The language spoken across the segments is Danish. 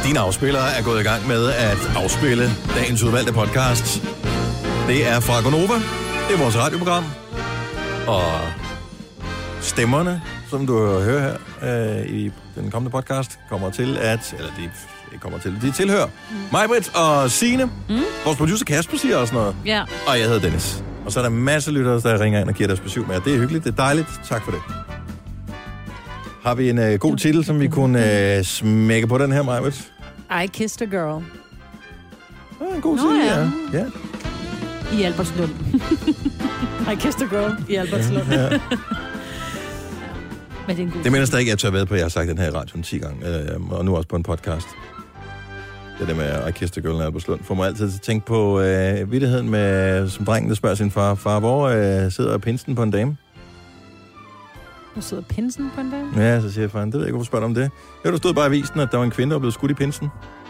Din afspiller er gået i gang med at afspille dagens udvalgte podcast. Det er fra Gonova. Det er vores radioprogram. Og stemmerne, som du hører her i den kommende podcast, kommer til at... Eller de tilhører Majbrit og Signe. Vores producer Kasper siger også noget. Ja. Og jeg hedder Dennis. Og så er der masser af lyttere, der ringer ind og giver deres besøg med. Det er hyggeligt, det er dejligt. Tak for det. Har vi en god titel, som vi kunne smække på den her, Majbrit? I Kissed a Girl. En god titel, ja. I Albertslund. I Kissed a Girl i Albertslund. Ja. Men det er en god det mener stadig, jeg tør ved på, at jeg har sagt den her i radioen 10 gange, og nu også på en podcast. Det med I Kissed a Girl i Albertslund får mig altid til at tænke på vittigheden med, som drengen, der spørger sin far, hvor sidder pinsen på en dame? Hvor sidder pinsen på en dame? Ja, så siger faren, det ved jeg ikke, hvorfor spørger du om det. Jo, der stod bare i avisen, at der var en kvinde, der blev skudt i pinsen.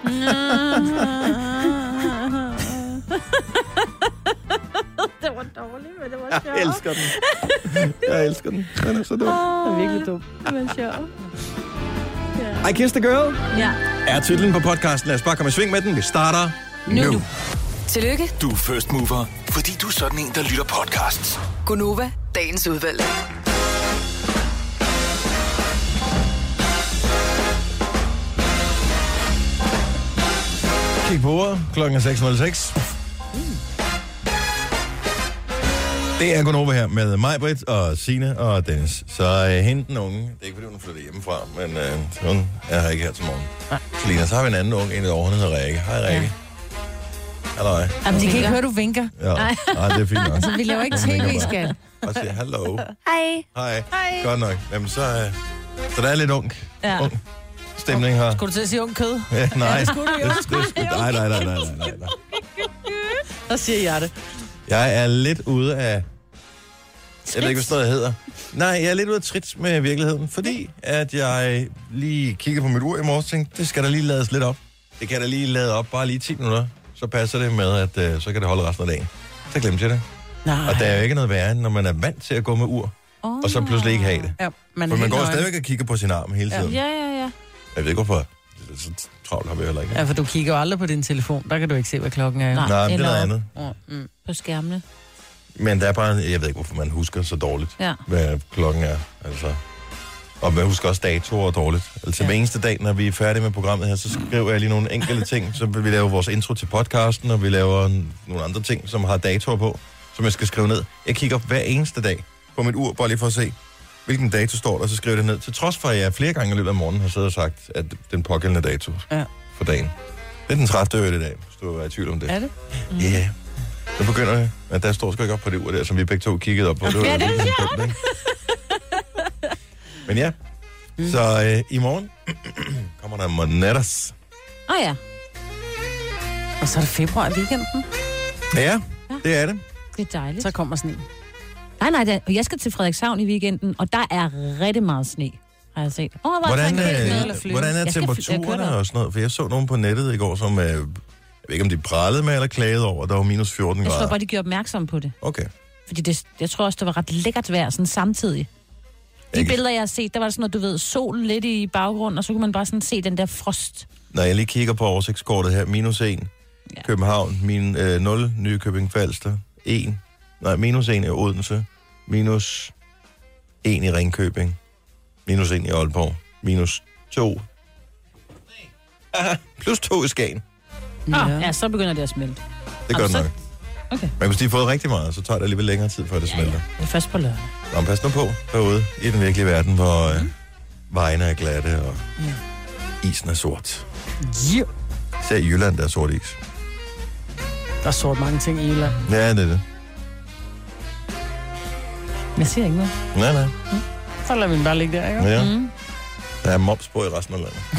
Det var dårligt, men det var sjovt. Jeg elsker den. Jeg elsker den. Den er så dum. Det er virkelig dum. Det var sjovt. I Kissed a Girl Ja. er titlen på podcasten. Lad os bare komme i sving med den. Vi starter nu. Tillykke, Du er first mover, fordi du er sådan en, der lytter podcasts. Gonova, dagens udvalgte. Kig på ordet. Klokken er 6.06. Det er Gonova her med Majbrit og Signe og Dennis. Så hende den unge, det er ikke fordi hun flytter hjemmefra, men hun er her ikke her til morgen. Selina, så har vi en anden unge, en af årene hedder Rikke. Hej Rikke. Halløj. Jamen, de kan ikke høre, du vinker. Ja, nej, det er fint nok. Så vi laver ikke tv-skal. Og siger hallo. Hej. Hej. Hej. Godt nok. Jamen, så der er lidt ung stemning her. Skulle du til at sige ung kød? Ja, nej. Skulle du jo? Nej. Så siger jeg det. Jeg er lidt ude af... Jeg ved ikke, hvad stedet hedder. Nej, jeg er lidt ude af trit med virkeligheden, fordi at jeg lige kiggede på mit ur i morges og tænkte, det skal der lige lades lidt op. Det kan der lige lade op, bare lige 10 minutter. Så passer det med, at så kan det holde resten af dagen. Så glemte jeg det. Nej. Og der er jo ikke noget værre, når man er vant til at gå med ur, og så pludselig ikke have det. Ja, For man går stadigvæk og kigger på sin arm hele tiden. Ja. Jeg ved ikke, hvorfor. Så travlt har vi heller ikke. Ja, for du kigger jo aldrig på din telefon. Der kan du ikke se, hvad klokken er. Nej, det er noget andet. På skærmene. Men der er bare, jeg ved ikke, hvorfor man husker så dårligt, Ja. hvad klokken er. Altså. Og man husker også datoer dårligt. Altså hver eneste dag, når vi er færdige med programmet her, så skriver jeg lige nogle enkelte ting. Så vil vi lave vores intro til podcasten, og vi laver nogle andre ting, som har datoer på, som jeg skal skrive ned. Jeg kigger op hver eneste dag på mit ur, bare lige for at se, hvilken dato står der, og så skriver det ned. Til trods for, at jeg flere gange i løbet af morgenen har siddet og sagt, at den pågældende dato for dagen. Det er den 30. i dag, hvis du er i tvivl om det. Er det? Ja. Yeah. Så begynder det. At der står sgu ikke op på det ur der, som vi begge to kiggede op på. Det var Ja, det er virkelig dumt, ikke? Men ja, så i morgen kommer der Monetters. Ja. Og så er det februar i weekenden. Ja, det er det. Det er dejligt. Så kommer sne. Nej, jeg skal til Frederikshavn i weekenden, og der er rigtig meget sne, har jeg set. Hvordan er Jeg temperaturerne og sådan noget? For jeg så nogen på nettet i går, som jeg ved ikke, om de pralede med eller klagede over, der var minus 14 grader. Jeg tror bare, de gjorde opmærksom på det. Okay. Fordi jeg tror også, det var ret lækkert vejr sådan samtidig. De billeder, jeg har set, der var sådan noget, du ved, solen lidt i baggrunden, og så kunne man bare sådan se den der frost. Når jeg lige kigger på oversigtskortet her, minus 1, København, 0, Nykøbing Falster, 1, minus 1 i Odense, minus 1 i Ringkøbing, minus 1 i Aalborg, minus 2, plus 2 i Skagen. Ja, så begynder det at smelte. Det gør det nok. Okay. Men hvis de har fået rigtig meget, så tager det alligevel længere tid, før det smelter. Det er først på lørdag. Nå, pas nu på derude i den virkelige verden, hvor vejene er glatte og isen er sort. Ja. Så i Jylland, der er sort is. Der er sort mange ting i Jylland. Ja, det er det. Jeg siger ikke noget. Nej. Så lader vi den bare ligge der, ikke? Ja. Der er moms på i resten af landet.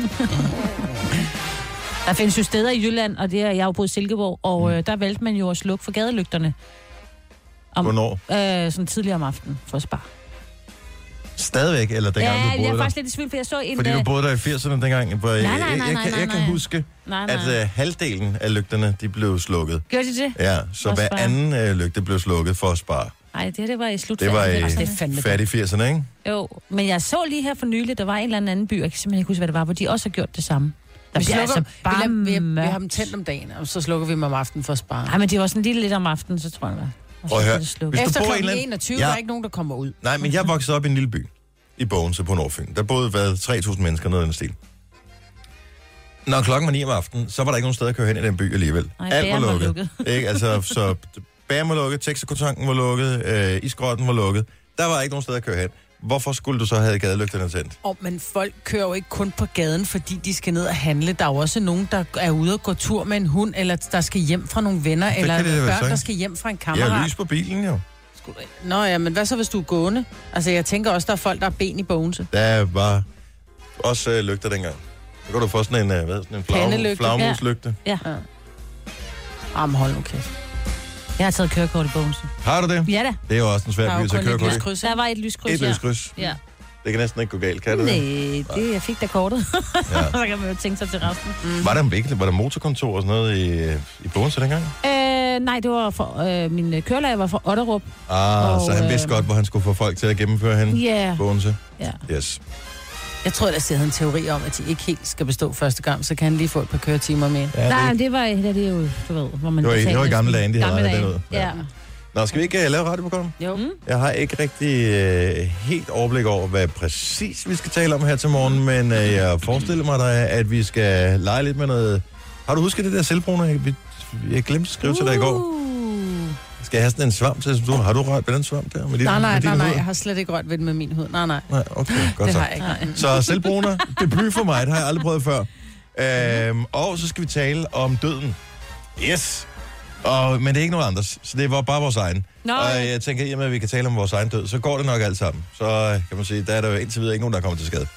Der findes jo steder i Jylland, og det er, jeg har jo boet i Silkeborg, og der valgte man jo at slukke for gadelygterne. Hvornår? Sådan tidligere om aftenen for at spare. Stadigvæk, eller dengang du boede jeg er der? faktisk lidt i tvivl, for jeg så en... Fordi du boede der i 80'erne dengang, hvor jeg kan huske, at halvdelen af lygterne, de blev slukket. Gjorde de det? Ja, så hver anden lygte blev slukket for at spare. Nej, det var i slut. Det var i fattige 80'erne, ikke? Jo, men jeg så lige her for nylig, der var en eller anden by, jeg kan simpelthen ikke huske, hvad det var, hvor de også har gjort det samme. Der bliver altså bare vi har dem tændt om dagen, og så slukker vi dem om aftenen for at spare. Nej, men det var sådan lidt om aftenen, så tror jeg, Prøv at høre. Efter kl. 21, der er ikke nogen, der kommer ud. Nej, men jeg voksede op i en lille by i Bogense på Nordfyn. Der boede 3.000 mennesker nede i den stil. Når klokken var 9 om aftenen, så var der ikke nogen sted at køre hen i den by alligevel. Nej, alt var lukket. Ikke? Altså, så bageren var lukket, Texaco-tanken var lukket, isgrotten var lukket. Der var ikke nogen sted at køre hen. Hvorfor skulle du så have gadelygterne tændt? Men folk kører jo ikke kun på gaden, fordi de skal ned og handle. Der er jo også nogen, der er ude og gå tur med en hund, eller der skal hjem fra nogle venner, eller børn, der skal hjem fra en kammerat. Jeg har lys på bilen, jo. Nå ja, men hvad så, hvis du er gående? Altså, jeg tænker også, der er folk, der har ben i Bogense. Der var også lygter dengang. Så kan du få sådan en flagmuslygte. Ja. Jamen, hold nu kæft. Jeg har taget kørekort i Bogense. Har du det? Ja da. Det er jo også en svær by at tage kørekort i. Der var et lyskryds. Et lyskryds? Ja. Det kan næsten ikke gå galt, kan det? Nej, jeg fik da kortet. Ja. Så kan man jo tænke sig til resten. Var der motorkontor og sådan noget i Bogense dengang? Nej, det var for, min kørelærer var fra Otterup. Så han vidste godt, hvor han skulle få folk til at gennemføre hen. Yeah. Bogense. Ja. Yes. Jeg tror, der havde en teori om, at de ikke helt skal bestå første gang, så kan han lige få et par køretimer med. Ja, nej, det var det jo, du ved, hvor man det var i gamle dage, de havde regnet den ud. Ja. Nå, skal vi ikke lave radioprogram? Jo. Jeg har ikke rigtig helt overblik over, hvad præcis vi skal tale om her til morgen, men jeg forestiller mig, at vi skal lege lidt med noget. Har du husket det der selvbruner? Jeg glemte at skrive til dig i går. Skal jeg have sådan en svamp til? Har du rørt ved den svamp der? Nej, jeg har slet ikke rørt ved den med min hud. Nej, okay, godt det så. Har jeg ikke. Så selvbruner, debut for mig, det har jeg aldrig prøvet før. Og så skal vi tale om døden. Yes! Men det er ikke nogen andres, så det var bare vores egen. Og jeg tænker, jamen, at vi kan tale om vores egen død, så går det nok alt sammen. Så kan man sige, der er der jo indtil videre ikke nogen, der kommer til skade.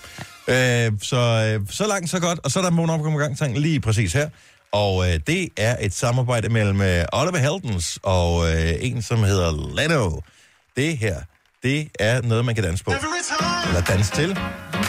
Så langt, så godt. Og så er der en opgang lige præcis her. Og det er et samarbejde mellem Oliver Heldens og en, som hedder Leno. Det her, det er noget, man kan danse på. Eller danse til.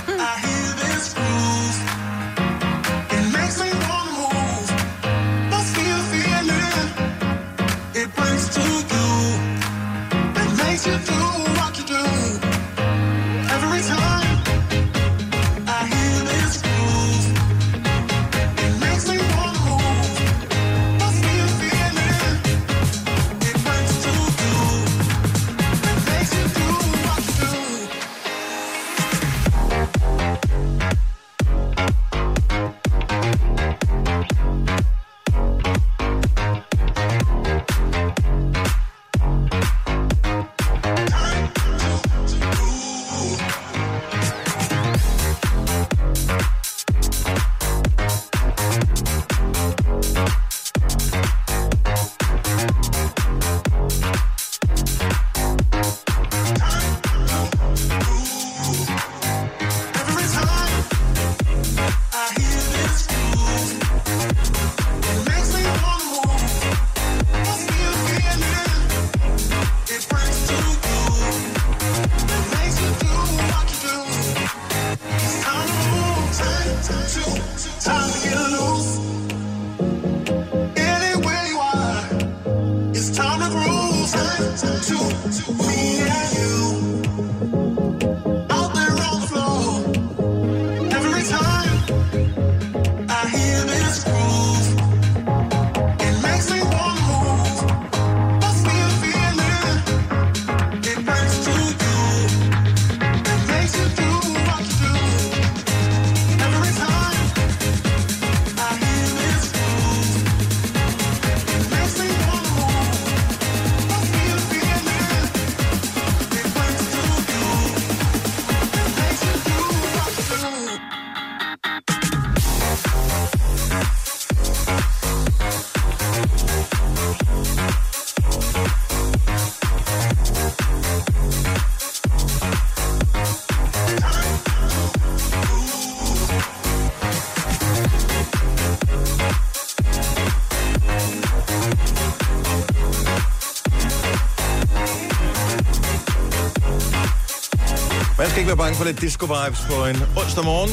Man skal ikke være bange for lidt disco-vibes på en onsdag morgen.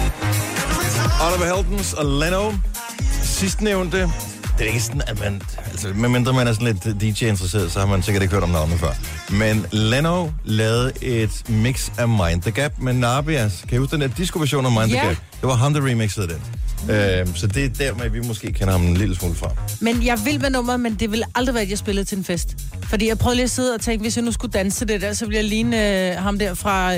Oliver Heldens og Leno. Sidstnævnte. Det er ikke sådan, at man... Altså, medmindre man er sådan lidt DJ-interesseret, så har man sikkert ikke hørt om navnet før. Men Leno lavede et mix af Mind the Gap med Nabias. Kan I huske den der disco-version af Mind the Gap? Det var ham, der remixede den. Så det er dermed, vi måske kender ham en lille smule fra. Men jeg vil med nummeret, men det ville aldrig være, at jeg spillede til en fest. Fordi jeg prøvede lige at sidde og tænke, hvis jeg nu skulle danse det der, så ville jeg ligne ham der fra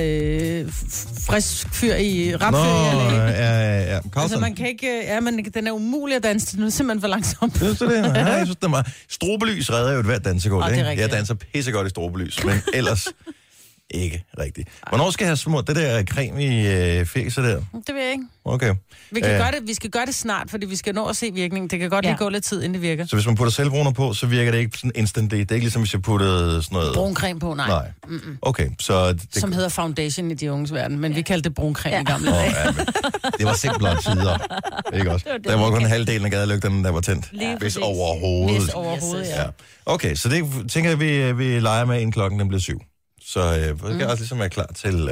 Frisk Fyr i Rapfyr. Ja. Altså man kan ikke... men den er umulig at danse til. Nu er simpelthen for langsomt. Synes du det? Ja, jeg synes, det er meget... Strobelys redder jo et hvert dansegulv, ikke? Rigtigt, Jeg danser pissegodt i strobelys, men ellers ikke rigtigt. Hvornår skal jeg have smurt det der creme i fæser der? Det ved jeg ikke. Okay. Vi skal gøre det snart, fordi vi skal nå at se virkningen. Det kan godt lige gå lidt tid, inden det virker. Så hvis man putter selvbruner på, så virker det ikke sådan instantly. Det er ikke ligesom, hvis jeg puttede sådan noget... Bruncreme på, nej. Okay, så... Som hedder foundation i de unges verden, men vi kaldte det bruncreme i gamle dage. Det var simplere tider. Ikke også? Der var kun halvdelen af gadelygterne, der var tændt. Hvis overhovedet. Ja. Okay, så det tænker jeg, vi leger med, inden klokken den bliver 7. Så jeg kan også ligesom være klar til...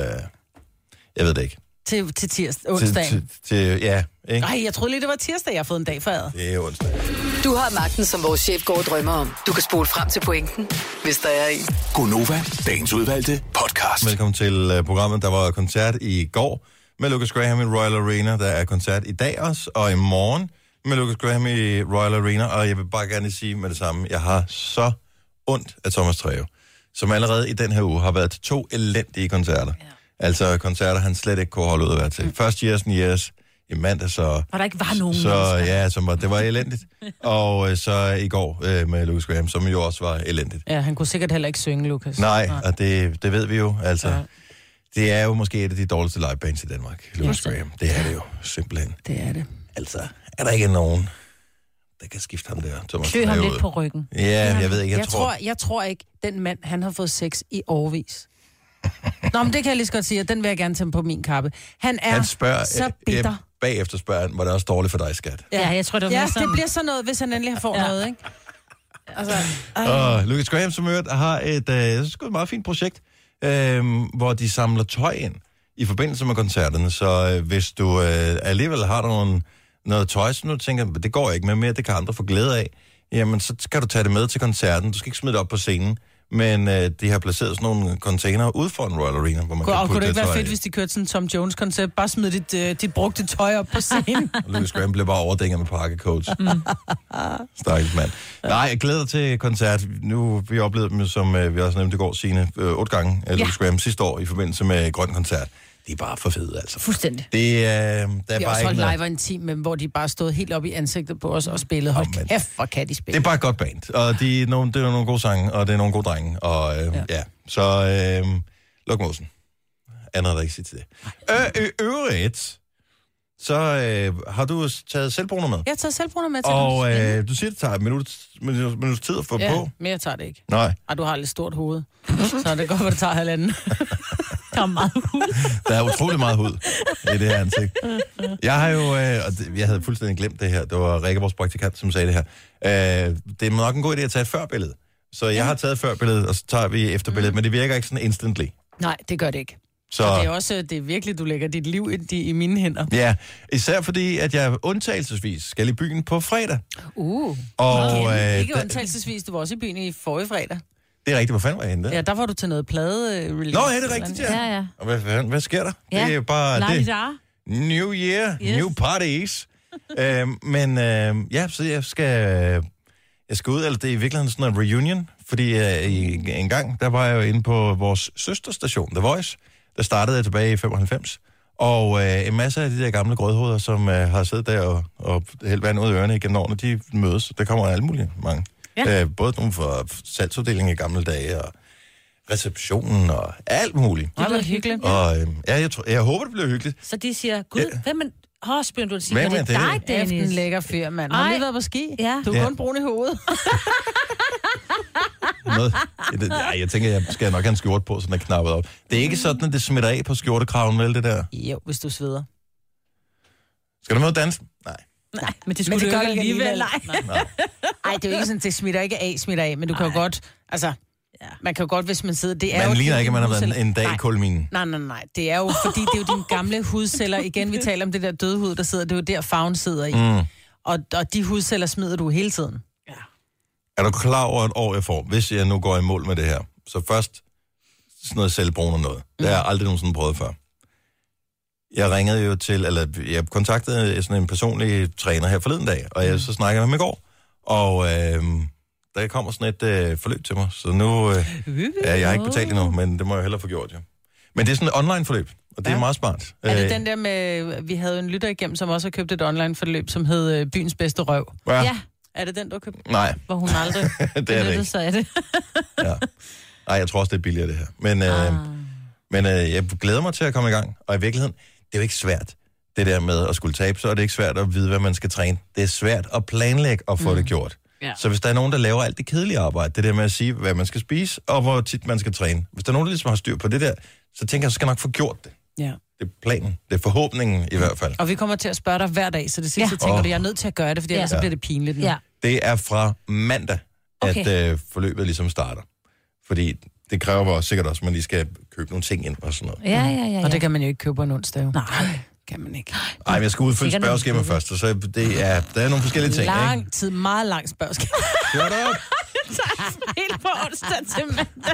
jeg ved det ikke. Til tirsdag, onsdagen. Ja, ikke? Nej, jeg troede lige, det var tirsdag, jeg har fået en dag foræret. Det er onsdag. Du har magten, som vores chef går og drømmer om. Du kan spole frem til pointen, hvis der er en. Gonova, dagens udvalgte podcast. Velkommen til programmet. Der var koncert i går med Lucas Graham i Royal Arena. Der er koncert i dag også, og i morgen med Lucas Graham i Royal Arena. Og jeg vil bare gerne sige med det samme, jeg har så ondt af Thomas Treve, som allerede i den her uge har været til 2 elendige koncerter. Ja. Altså koncerter, han slet ikke kunne holde ud at være til. First Years and Years i mandag, så... Og der ikke var nogen så, ja, det var elendigt. Og så i går med Lucas Graham, som jo også var elendigt. Ja, han kunne sikkert heller ikke synge, Lucas. Nej. Og det ved vi jo. Altså, det er jo måske et af de dårligste livebands i Danmark, Lucas Graham. Det er det jo, simpelthen. Det er det. Altså, er der ikke nogen, der kan skifte ham der, Thomas? Klø ham lidt på ryggen. Ja, jeg ved ikke, jeg tror ikke, den mand, han har fået sex i årevis. Nå, men det kan jeg lige så godt sige, og den vil jeg gerne tage på min kappe. Han spørger, så bitter. Bagefter spørger han, var det også dårligt for dig, skat? Ja, jeg tror, det var sådan. Det bliver sådan noget, hvis han endelig får noget, ikke? Altså, Lucas Graham, som har et meget fint projekt, hvor de samler tøj ind i forbindelse med koncerterne. Så hvis du alligevel har noget tøj, som du tænker, det går ikke med mere, det kan andre få glæde af, jamen så skal du tage det med til koncerten. Du skal ikke smide det op på scenen. Men de har placeret sådan nogle container ude for en Royal Arena, hvor man kan putte det tøj. Kunne det ikke være fedt, hvis de kørte sådan en Tom Jones-koncept? Bare smid dit brugte tøj op på scenen. Lucas Graham blev bare overdænget med pakkecoach. Stakkels mand. Nej, jeg glæder dig til koncert. Nu vi oplevede dem, som vi også nævnte i går, Signe, 8 gange af Lucas Graham sidste år i forbindelse med Grøn Koncert. De er bare for fede, altså. Fuldstændig. Det er bare også holdt live og en team, men hvor de bare stod helt op i ansigtet på os og spillede. Hold kæft, hvor kan de spille. Det er bare et godt band, og det er nogle gode sange, og det er nogle gode drenge, og Så luk måsen. Andet der ikke sige til det. Øvrigt, så har du taget selvbruner med? Jeg har taget selvbruner med til og du siger, det tager et minut tid at få på. Men jeg tager det ikke. Nej. Og du har lidt stort hoved, så det går, at det tager halvanden. Der er meget hud. Der er utrolig meget hud i det her ansigt. Jeg har jo, jeg havde fuldstændig glemt det her, det var Rikke, vores praktikant, som sagde det her. Det er nok en god idé at tage et førbillede. Så jeg har taget førbilledet, og så tager vi efterbilledet, men det virker ikke sådan instantly. Nej, det gør det ikke. Så... Og det er virkelig, du lægger dit liv i mine hænder. Ja, især fordi, at jeg undtagelsesvis skal i byen på fredag. Og ikke undtagelsesvis, du var også i byen i forrige fredag. Det er rigtigt, hvor fanden var jeg henne der? Ja, der var du til noget plade-release. Nå, ja, det er rigtigt, ja. Og hvad sker der? Ja. Det er jo bare New Year, New Parties. Så jeg skal ud, eller det er i virkeligheden sådan en reunion, fordi en gang, der var jeg jo inde på vores søsterstation, The Voice, der startede tilbage i 95, og en masse af de der gamle grødhoveder, som har siddet der og hældt vand ud af ørerne igennem årene, de mødes. Der kommer alle mulige mange. Ja. Både nogle for salgsuddeling i gamle dage, og receptionen og alt muligt. Det bliver hyggeligt. Og jeg håber, det bliver hyggeligt. Så de siger, gud, hvem er Horsbjørn, du siger, det er dig, Dennis. En lækker fyr, mand. Har du lige været på ski? Ja. Du er kun brun i hovedet. Jeg tænker, jeg skal nok have en skjorte på, så den er knappet op. Det er ikke sådan, at det smitter af på skjortekraven, vel, det der? Jo, hvis du sveder. Skal du med at danse? Nej, men det skulle du ikke alligevel. Nej, det er jo ikke sådan, det smitter af, men du kan jo godt, altså... Ja. Man kan jo godt, hvis man sidder... Det er man jo ligner ikke, at man har været en dag i kulminen. Nej. Det er jo, fordi det er jo dine gamle hudceller. Igen, vi taler om det der døde hud, der sidder. Det er jo der farven sidder i. Og de hudceller smider du hele tiden. Ja. Er du klar over et år, jeg får, hvis jeg nu går i mål med det her? Så først sådan noget selvbrun og noget. Det har jeg aldrig nogensinde prøvet før. Jeg ringede jo til, eller jeg kontaktede sådan en personlig træner her forleden dag, og jeg så snakkede med ham i går. Og der kommer sådan et forløb til mig, så nu jeg har ikke betalt endnu, men det må jeg hellere få gjort, ja. Men det er sådan et online-forløb, og det er meget smart. Er det den der med, vi havde en lytter igennem, som også har købt et online-forløb, som hed Byens Bedste Røv? Ja. Er det den, du har købt? Nej. Hvor hun aldrig det er det ikke. Så er det. Ja. Nej, jeg tror også, det er billigere, det her. Men jeg glæder mig til at komme i gang, og i virkeligheden, det er jo ikke svært, det der med at skulle tabe, så er det ikke svært at vide, hvad man skal træne. Det er svært at planlægge og få det gjort. Ja. Så hvis der er nogen, der laver alt det kedelige arbejde, det der med at sige, hvad man skal spise, og hvor tit man skal træne. Hvis der er nogen, der ligesom har styr på det der, så tænker jeg, så skal jeg nok få gjort det. Ja. Det er planen. Det er forhåbningen i hvert fald. Og vi kommer til at spørge dig hver dag, så det sidste tænker du, jeg er nødt til at gøre det, for ellers så bliver det pinligt nu. Ja. Det er fra mandag, at forløbet ligesom starter. Fordi det kræver sikkert også, at man lige skal købe nogle ting ind og sådan noget. Ja. Og det kan man jo ikke købe på en onsdag. Nej, kan man ikke. Nej, men jeg skal udfylde spørgeskema først, så det er, der er nogle forskellige ting, lang tid, meget lang spørgeskema. Shut up! Helt på onsdag til mandag.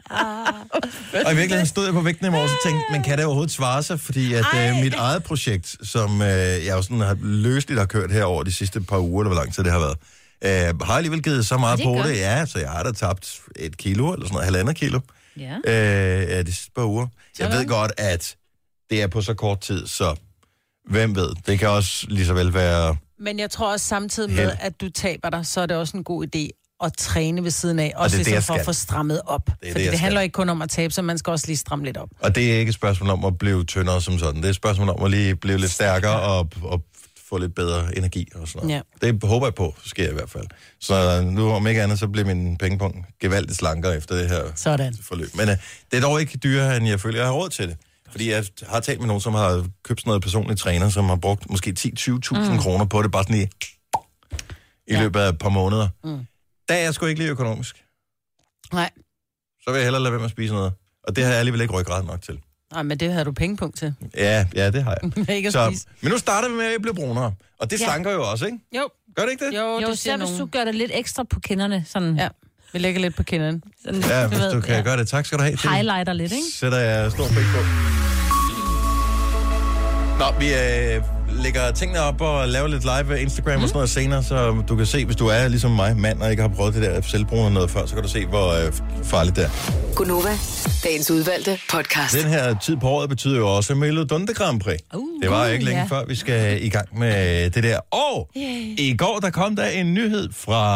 Og i virkeligheden stod jeg på vægten i morges og tænkte, men kan det overhovedet svare sig? Fordi at mit eget projekt, som jeg jo sådan løsligt har kørt her over de sidste par uger, eller hvor lang tid det har været, har alligevel givet så meget på det. Ja, så jeg har da tabt 1 kilo, eller sådan noget, 1,5 kilo. Ja. De sidste par uger. Jeg ved godt, at det er på så kort tid, så hvem ved? Det kan også lige så vel være... Men jeg tror også samtidig med, at du taber dig, så er det også en god idé at træne ved siden af, også ligesom for at få strammet op. Fordi det handler ikke kun om at tabe, så man skal også lige stramme lidt op. Og det er ikke et spørgsmål om at blive tyndere som sådan. Det er et spørgsmål om at lige blive lidt stærkere og få lidt bedre energi og sådan noget. Ja. Det håber jeg på, så sker jeg i hvert fald. Så nu om ikke andet, så bliver min pengepunkt gevaldigt slankere efter det her forløb. Men det er dog ikke dyrere, end jeg føler, jeg har råd til det. Fordi jeg har talt med nogen, som har købt sådan noget personlig træner, som har brugt måske 10-20.000 kroner på det, bare sådan i løbet af et par måneder. Der er jeg sgu ikke lige økonomisk. Nej. Så vil jeg hellere lade være med at spise noget. Og det har jeg alligevel ikke ryggrad nok til. Nej, men det havde du pengepunkt til. Ja, det har jeg. Ikke men nu starter vi med at blive brunere. Og det slanker jo også, ikke? Jo. Gør det ikke det? Jo, det ser hvis du gør det lidt ekstra på kinderne. Sådan. Ja, vi lægger lidt på kinderne. Sådan, ja, hvis du kan gøre det. Tak skal du have. Highlighter lidt, ikke? Sætter jeg stor pris på. Nå, vi lægger tingene op og laver lidt live Instagram og sådan noget senere, så du kan se, hvis du er ligesom mig, mand, og ikke har prøvet det der selvbrun noget før, så kan du se, hvor farligt det er. Godnova, dagens udvalgte podcast. Den her tid på året betyder jo også Melodunde Grand Prix. Det var ikke længe før, vi skal i gang med det der. Og i går, der kom der en nyhed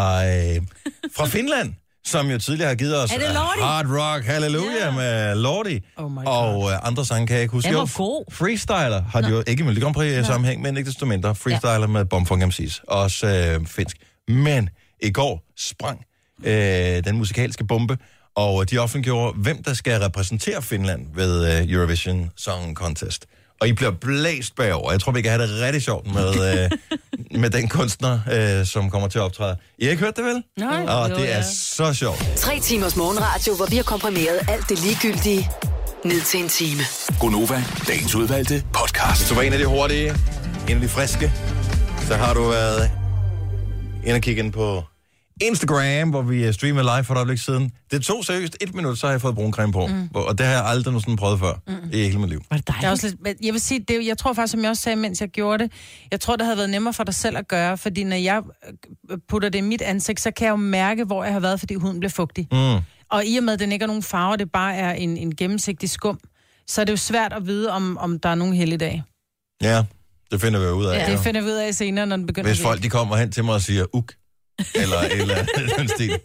fra Finland, som jo tidligere har givet os Hard Rock Hallelujah med Lordi. Og andre sange kan jeg ikke huske. Den var god. Freestyler har de jo ikke med Grand Prix sammenhæng, men ikke desto mindre. Freestyler med Bumfunk MC's. Også finsk. Men i går sprang den musikalske bombe, og de offentliggjorde, hvem der skal repræsentere Finland ved Eurovision Song Contest. Og I bliver blæst bagover. Jeg tror, vi kan have det rigtig sjovt med den kunstner, som kommer til at optræde. I har ikke hørt det, vel? Nej. Og det er så sjovt. 3 timers morgenradio, hvor vi har komprimeret alt det ligegyldige ned til en time. Godnova, dagens udvalgte podcast. Så var en af de hurtige, en af de friske. Så har du været ind og kigge ind på Instagram, hvor vi streamer live for et øjeblik siden. Det tog seriøst 1 minut, så har jeg fået bruncreme på. Og det har jeg aldrig nogensinde prøvet før i hele mit liv. Var det dejligt? Også lidt, jeg vil sige, jeg tror faktisk, som jeg også sagde, mens jeg gjorde det, jeg tror, det havde været nemmere for dig selv at gøre, fordi når jeg putter det i mit ansigt, så kan jeg jo mærke, hvor jeg har været, fordi huden bliver fugtig. Og i og med, at den ikke er nogen farver, det bare er en gennemsigtig skum, så er det jo svært at vide, om der er nogen helligdag. Ja, det finder vi ud af. Ja, det finder vi ud af senere, når den begynder. Hvis folk de kommer hen til mig og siger, eller den stil.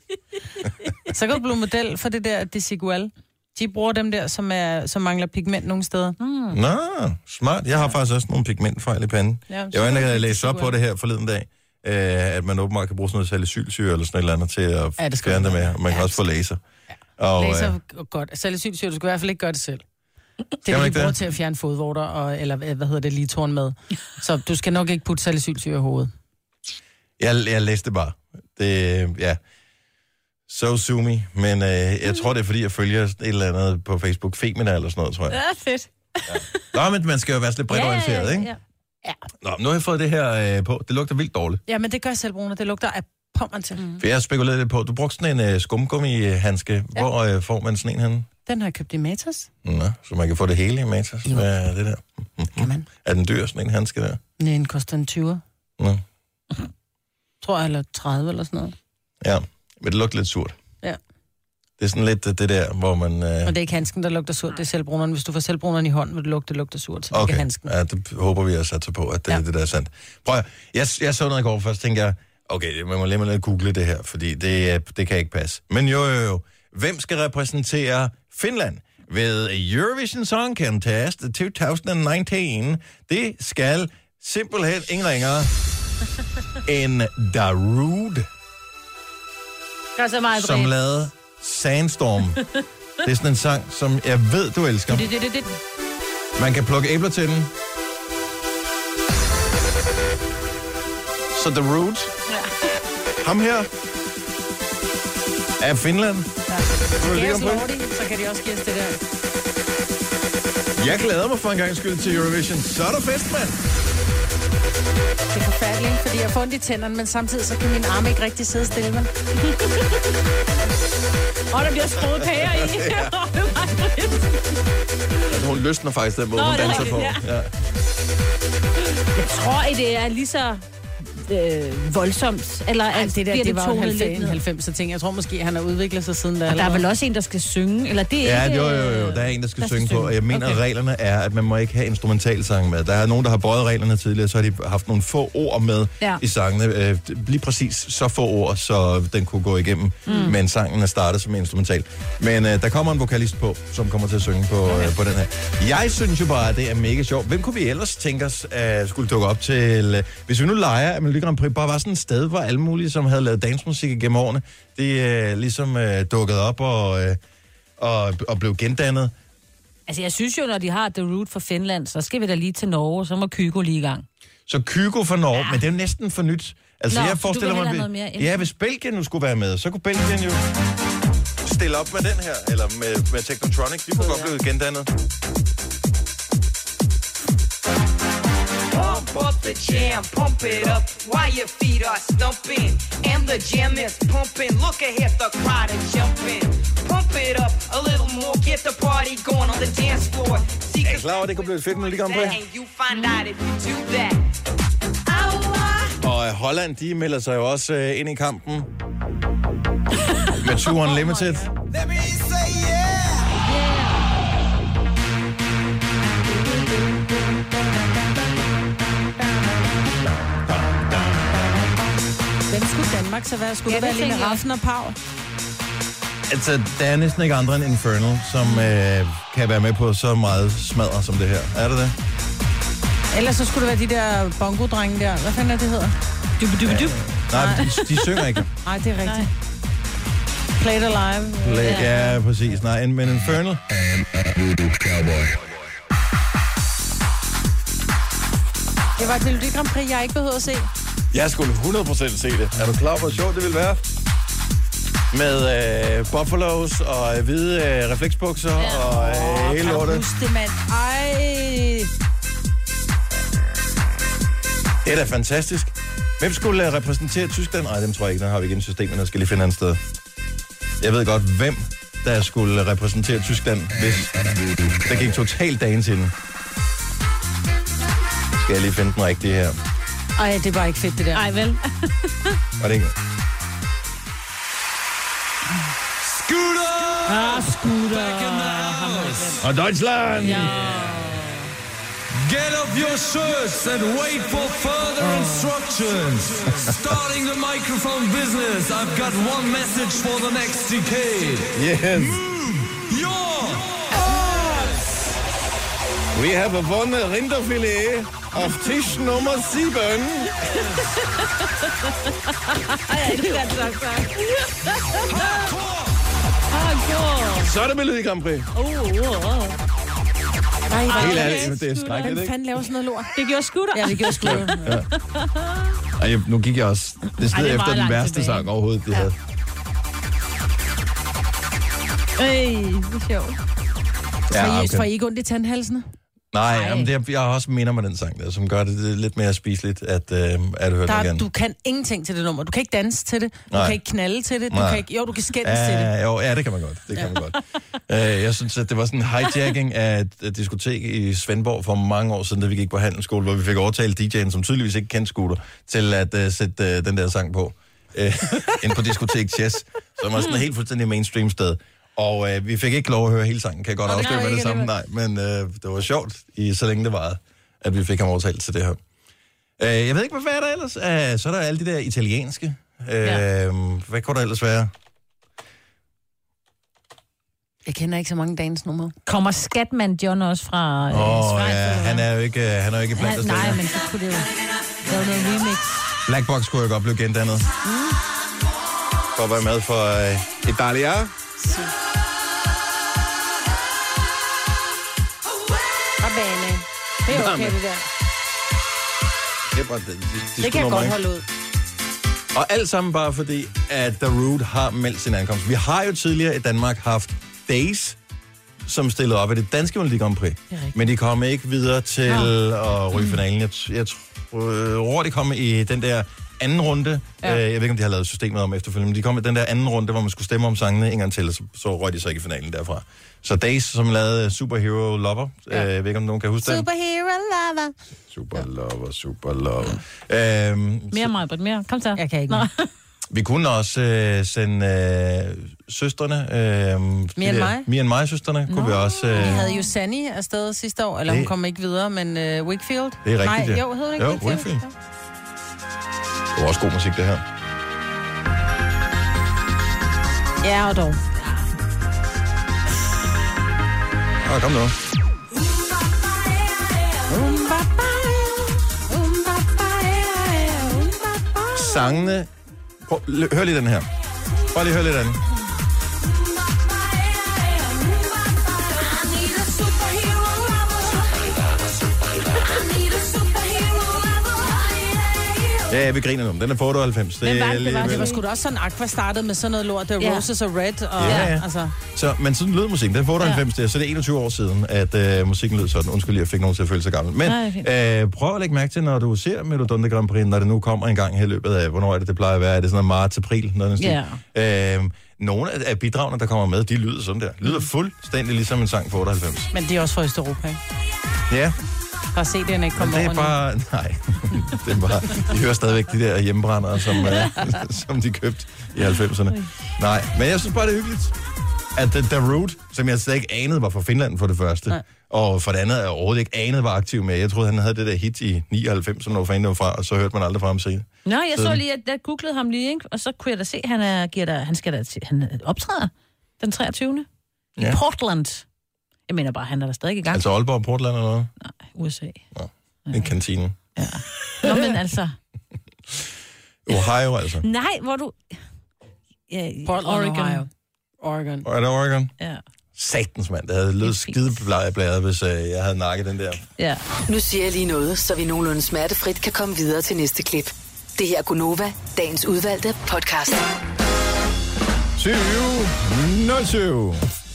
Så kan du blive model for det der Desigual. De bruger dem der, som mangler pigment nogle steder. Nå, smart. Jeg har faktisk også nogle pigmentfejl i panden. Ja, jeg var inde og læse op på det her forleden dag, at man åbenbart kan bruge sådan noget salicylsyre eller sådan et eller andet til at fjerne det med. Man kan også få laser. Ja. Og, laser godt. Salicylsyre, du skal i hvert fald ikke gøre det selv. Det er vi bruger til at fjerne fodvorter, eller ligetårn med. Så du skal nok ikke putte salicylsyre i hovedet. Jeg læste det bare. So sue me. Men jeg tror, det er, fordi jeg følger et eller andet på Facebook. Femina eller sådan noget, tror jeg. Ja, fedt. Ja. Nå, men man skal jo være lidt bredt orienteret, ikke? Ja. Nå, nu har jeg fået det her på. Det lugter vildt dårligt. Ja, men det gør selvbruner. Det lugter af pommern til. For jeg spekulerede lidt på, du brugte sådan en skumgummi-handske. Hvor får man sådan en henne? Den har jeg købt i Matas. Nå, så man kan få det hele i Matas. Jo. Hvad er det der? Kan man? Er den dyr, sådan en handske der? Nej, den koster en 20'er. Nå. Tror jeg, eller 30 eller sådan noget. Ja, men det lugter lidt surt. Ja. Det er sådan lidt det der, hvor man... Og det er ikke handsken, der lugter surt, det er selvbruneren. Hvis du får selvbruneren i hånden, vil det lugter surt, så det er ikke handsken. Ja, det håber vi at satse på, at det er det, der er sandt. Prøv at, jeg så noget i går, først tænkte jeg, okay, man må lige google det her, fordi det kan ikke passe. Men jo. Hvem skal repræsentere Finland ved Eurovision Song Contest 2019? Det skal simpelthen ingen ringere end Darude, Gør så meget, som lavede Sandstorm. Det er sådan en sang, som jeg ved, du elsker. Man kan plukke æbler til den. Så Darude, ham her, er Finland. Så kan de også give os det der. Jeg glæder mig for en gang skyld til Eurovision. Så er der fest, mand. Det er forfærdeligt, fordi jeg får ondt i tænderne, men samtidig så kan min arme ikke rigtig sidde stille. Men... Og der bliver skruet kager i. Altså, hun løsner faktisk den måde, hun danser på. Ja. Jeg tror, det er lige så voldsomt. Eller det var jo 90, så ting. Jeg tror måske, han har udviklet sig siden da. Og der er vel også en, der skal synge, eller det er ikke... Jo. Der er en, der skal synge på, og jeg mener, at reglerne er, at man må ikke have instrumentalsang med. Der er nogen, der har bøjet reglerne tidligere, så har de haft nogle få ord med i sangene. Lige præcis så få ord, så den kunne gå igennem, men sangen er startet som instrumental. Men der kommer en vokalist på, som kommer til at synge på den her. Jeg synes jo bare, at det er mega sjovt. Hvem kunne vi ellers tænke os skulle dukke op til... Hvis vi nu leger, at Melodi Grand Prix bare var sådan et sted, hvor alle mulige, som havde lavet dansemusik igennem årene, det ligesom dukkede op og blev gendannet. Altså, jeg synes jo, når de har The Root for Finland, så skal vi da lige til Norge, så må Kygo lige i gang. Så Kygo for Norge, men det er jo næsten for nyt. Altså, jeg forestiller mig, hvis Belgien nu skulle være med, så kunne Belgien jo stille op med den her, eller med Technotronic. De kunne godt blive gendannet. Pump up the jam, pump it up while your feet are stumping. And the jam is pumping. Look ahead, the crowd is jumping. Pump it up a little more, get the party going on the dance floor. Er I klar over, det kunne blive et fedt Melodi Grand Prix? And you find out if you do that. Og Holland, de melder sig jo også ind i kampen med Two Unlimited. Let me say yeah. Hvem skulle Danmark så være? Skulle det være Lene Raffen og Pau? Altså, der er næsten ikke andre end Infernal, som kan være med på så meget smadre som det her. Er det det? Ellers så skulle det være de der bongo-drenge der. Hvad fanden er det hedder? Nej, de synger ikke. Nej, det er rigtigt. Play it alive. Ja, præcis. Nej, men Infernal. Det var et Melodi Grand Prix, jeg ikke behøvede at se. Jeg skulle 100% se det. Er du klar på, hvor sjovt det ville være? Med buffalos og hvide refleksbukser og hele lortet. Husk det, mand. Ej. Det er da fantastisk. Hvem skulle repræsentere Tyskland? Nej, dem tror jeg ikke. Der har vi igen systemet, der skal lige finde et sted. Jeg ved godt, hvem der skulle repræsentere Tyskland, hvis der gik totalt dagen til den. Skal jeg lige finde den rigtige her. Ej, det er bare ikke fedt, det der. Ej, vel? Var det ikke? Scooter! Og Deutschland! Ja. Get up your shirts and wait for further instructions. Starting the microphone business, I've got one message for the next decade. Yes. Move your ass! We have won a Rinderfilet auf Tisch Nummer 7. Så er det Melodi Grand Prix. Nej, helt ærligt, det er skrækkeligt, Hvem ikke? fanden laver sådan noget lort? Det gjorde Scooter. Ja, det gjorde Scooter. Ej, nu gik jeg også. Det Ej, det er efter meget den langt værste tilbage. sang overhovedet, de havde. Det er sjovt. Ja, Får I ikke ondt i tandhalsene? Nej, jamen, jeg har også minder med den sang der, som gør det lidt mere spiseligt, at høre den igen. Du kan ingenting til det nummer. Du kan ikke danse til det. Du kan ikke knalde til det. Du kan skændes til det. Ja, det kan man godt. Det kan man godt. Jeg synes, at det var sådan en hijacking af et diskotek i Svendborg for mange år siden, da vi gik på handelsskole, hvor vi fik overtalt DJ'en, som tydeligvis ikke kendte Scooter, til at sætte den der sang på. Ind på diskotek Chess, som var sådan et helt fuldstændig mainstream sted. Og vi fik ikke lov at høre hele sangen, kan jeg godt afsløre med det samme. Nej, men det var sjovt, så længe det varede, at vi fik ham overtalt til det her. Jeg ved ikke, hvad er der ellers? Så er der alle de der italienske. Hvad kunne der ellers være? Jeg kender ikke så mange dance-numre. Kommer Skatman John også fra Schweiz? Ja, han er jo ikke blandt os. Nej, men så kunne det jo lave noget remix. Black Box kunne jo godt blive gendannet. For at være med for Italia. Bane. Det er okay, det der. Det kan jeg godt holde ud. Og alt sammen bare fordi, at The Root har meldt sin ankomst. Vi har jo tidligere i Danmark haft Days, som stillede op i det danske Melodi Grand Prix. Men de kom ikke videre til at ryge finalen. Jeg tror, de kom i den der anden runde. Jeg ved ikke, om de har lavet systemet om efterfølgende, men de kom i den der anden runde, hvor man skulle stemme om sangene en gang til, og så røg de så ikke i finalen derfra. Så Days, som lavede Superhero Lover. Jeg ved ikke, om nogen kan huske det. Super Lover. Mere Majbrit, mere. Kom så. Jeg kan ikke. Vi kunne også sende søstrene. Mia and mig-søstrene kunne vi også... Vi havde jo Sanni afsted sidste år, eller hun kom ikke videre, men Wakefield. Det er rigtigt, Nej, jo, hedder det ikke Wakefield? Det var også god musik, det her. Ja, og dog. Kom nu. Sangene... Hør lige den her. Bare lige hør lidt af den. Ja, vi griner nu. Den er på 98. Det var sgu da også sådan, Aqua startede med sådan noget lort. The Roses og Red. Og, altså. Så, men sådan lød musikken. Den er på 98, så det er 21 år siden, at musikken lød sådan. Undskyld, jeg fik nogen til at føle sig gammel. Men prøv at lægge mærke til, når du ser Melodi Grand Prix, når det nu kommer en gang her i løbet af, hvornår er det plejer at være? Er det sådan marts-april? Nogle af bidragene, der kommer med, de lyder sådan der. Lyder fuldstændig ligesom en sang på 98. Men det er også fra Østeuropa, ikke? Ja. Bare se, den ikke kommer over. Det er bare... Nej. Det er bare... De hører stadigvæk de der hjemmebrændere, som de købte i 90'erne. Nej, men jeg synes bare, det er hyggeligt. At The Root, som jeg slet ikke anede, var fra Finland for det første. Nej. Og for det andet, jeg overhovedet ikke anede, var aktiv med. Jeg troede, han havde det der hit i 99, som var fra Indien fra, og så hørte man aldrig fra ham senere. Nå, jeg så lige, at jeg googlede ham lige, ikke? Og så kunne jeg da se, han optræder den 23. I Portland. Jeg mener bare, han er der stadig i gang. Altså Aalborg, Portland eller noget? Nej, USA. Nå, en kantine. Ja. Nå, men altså... Ohio, altså. Nej, hvor du... Ja, Portland, Oregon. Er det Oregon? Ja. Satans mand, det havde lød skidebladet, hvis jeg havde nakket den der. Ja. Nu siger jeg lige noget, så vi nogenlunde smertefrit kan komme videre til næste klip. Det her er Gunova, dagens udvalgte podcast. 7:07.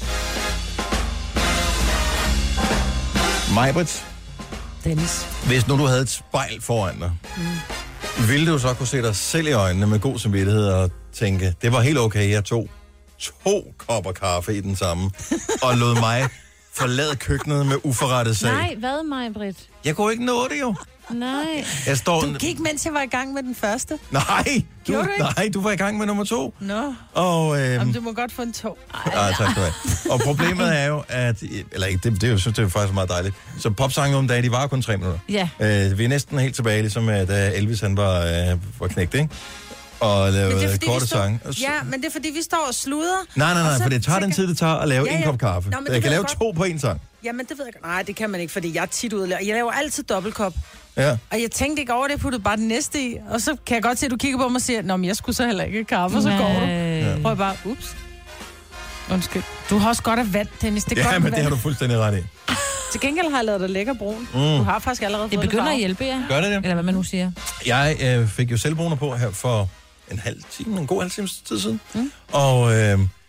Majbrit. Dennis. Hvis nu du havde et spejl foran dig, ville du så kunne se dig selv i øjnene med god samvittighed og tænke, det var helt okay, jeg tog 2 kopper kaffe i den samme, og lod mig forlade køkkenet med uforrettet sag. Nej, hvad, Majbrit? Jeg kunne ikke nå det jo. Nej. Du gik, mens jeg var i gang med den første. Nej, du var i gang med nummer 2. Nå. Og, jamen, du må godt få en 2. Tak skal du have. Og problemet er jo, at... Eller ikke, det synes jeg faktisk meget dejligt. Så popsange om dagen, de var kun 3 minutter. Ja. Vi er næsten helt tilbage, ligesom da Elvis han var knægt, ikke? Og lavede korte sange. Ja, men det er fordi, vi står og sluder. Nej, for det tager den tid, det tager at lave en kop kaffe. Jeg kan lave 2 på en sang. Jamen, det ved jeg. Nej, det kan man ikke, fordi jeg er tit ude. Jeg laver altid dobbeltkop. Ja. Og jeg tænkte ikke over det, jeg puttede bare den næste i. Og så kan jeg godt se, at du kigger på mig og siger, nå, men jeg skulle så heller ikke kaffe, og så går du. Ja. Prøv bare, ups. Undskyld. Du har også godt af vand, Dennis. Det er godt men vand. Det har du fuldstændig ret i. Til gengæld har jeg lavet dig lækker brun. Du har faktisk allerede fået det begynder at hjælpe, ja. Gør det? Eller hvad man nu siger. Jeg fik jo selvbruner på her for en god halv times tid siden. Og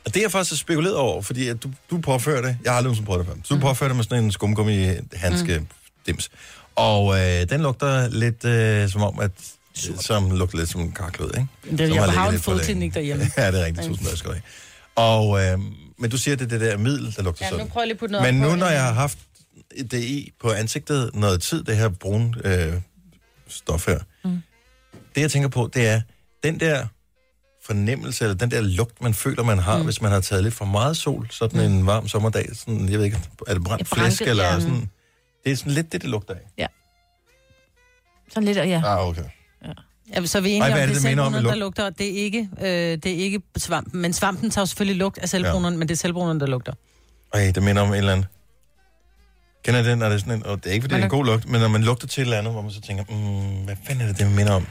Og det er jeg faktisk spekuleret over, fordi at du påfører det. Jeg har aldrig nogensinde prøvet det før. Så du påfører det med sådan en skumgummi-handske dims. Og den lugter lidt som om, at som lugter lidt som en karklød, ikke? Jeg har en fodklinik derhjemme. Ja, det er rigtigt. Tusind tak. Og, men du siger, det er det der middel, der lugter sådan. Ja, nu prøver jeg lige at putte noget men op nu, på, når jeg har haft det i på ansigtet noget tid, det her brune stof her, det jeg tænker på, det er den der fornemmelse, eller den der lugt, man føler, man har, hvis man har taget lidt for meget sol, sådan en varm sommerdag, sådan, jeg ved ikke, er det brændt flæsk, eller sådan, det er sådan lidt det lugter af. Ja. Sådan lidt, ja. Ah, okay. Ja, så er vi enige om, hvad er det det, er det minder om, selvbruneren, der lugter, og det er ikke svampen. Men svampen tager jo selvfølgelig lugt af selvbruneren, men det er selvbruneren, der lugter. Ej, det minder om en eller anden. Kender den, når det er sådan en, og det er ikke, fordi det er en god lugt, men når man lugter til et eller andet, hvor man så tænker, hvad fanden er det, det minder om?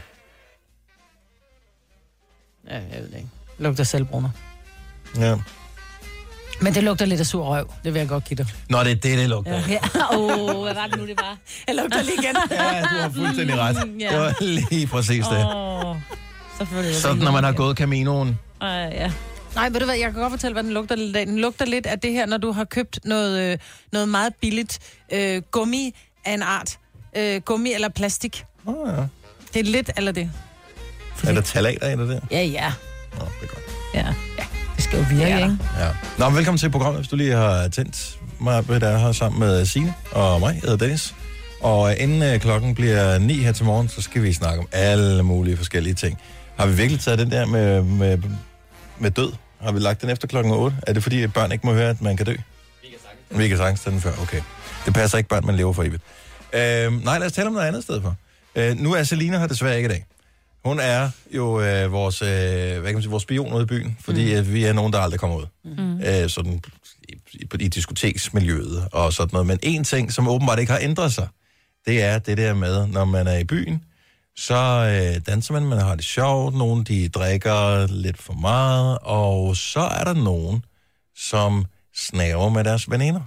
Ja, jeg ved det ikke. Lugter selvbruner. Ja. Men det lugter lidt af sur røv, det vil jeg godt give dig. Nå, det er det lugter. Ja. Hvad var det nu, det var? Jeg lugter lige igen. Ja, du har fuldstændig ret. Ja. Det var lige præcis det. Selvfølgelig. Sådan, når man har gået Caminoen. Ja. Nej, ved du hvad, jeg kan godt fortælle, hvad den lugter lidt af. Den lugter lidt af det her, når du har købt noget meget billigt gummi af en art. Gummi eller plastik. Ja. Det er lidt eller det. Er der talater i det der? Ja. Nå, det er godt. Ja. Det skal jo virke, ikke? Ja. Nå, men velkommen til programmet, hvis du lige har tændt mig, der er her sammen med Signe og mig, jeg hedder Dennis. Og inden klokken bliver 9 her til morgen, så skal vi snakke om alle mulige forskellige ting. Har vi virkelig taget den der med død? Har vi lagt den efter klokken 8? Er det fordi, at børn ikke må høre, at man kan dø? Vi kan sagtens tage den før, okay. Det passer ikke børn, man lever for evigt. Nej, lad os tale om noget andet sted for. Nu er Selina her desværre ikke i dag. Hun er jo vores spion ude i byen, fordi vi er nogen, der aldrig kommer ud. Sådan i diskoteksmiljøet og sådan noget. Men en ting, som åbenbart ikke har ændret sig, det er det der med, når man er i byen, så danser man har det sjovt, nogen de drikker lidt for meget, og så er der nogen, som snaver med deres veninder.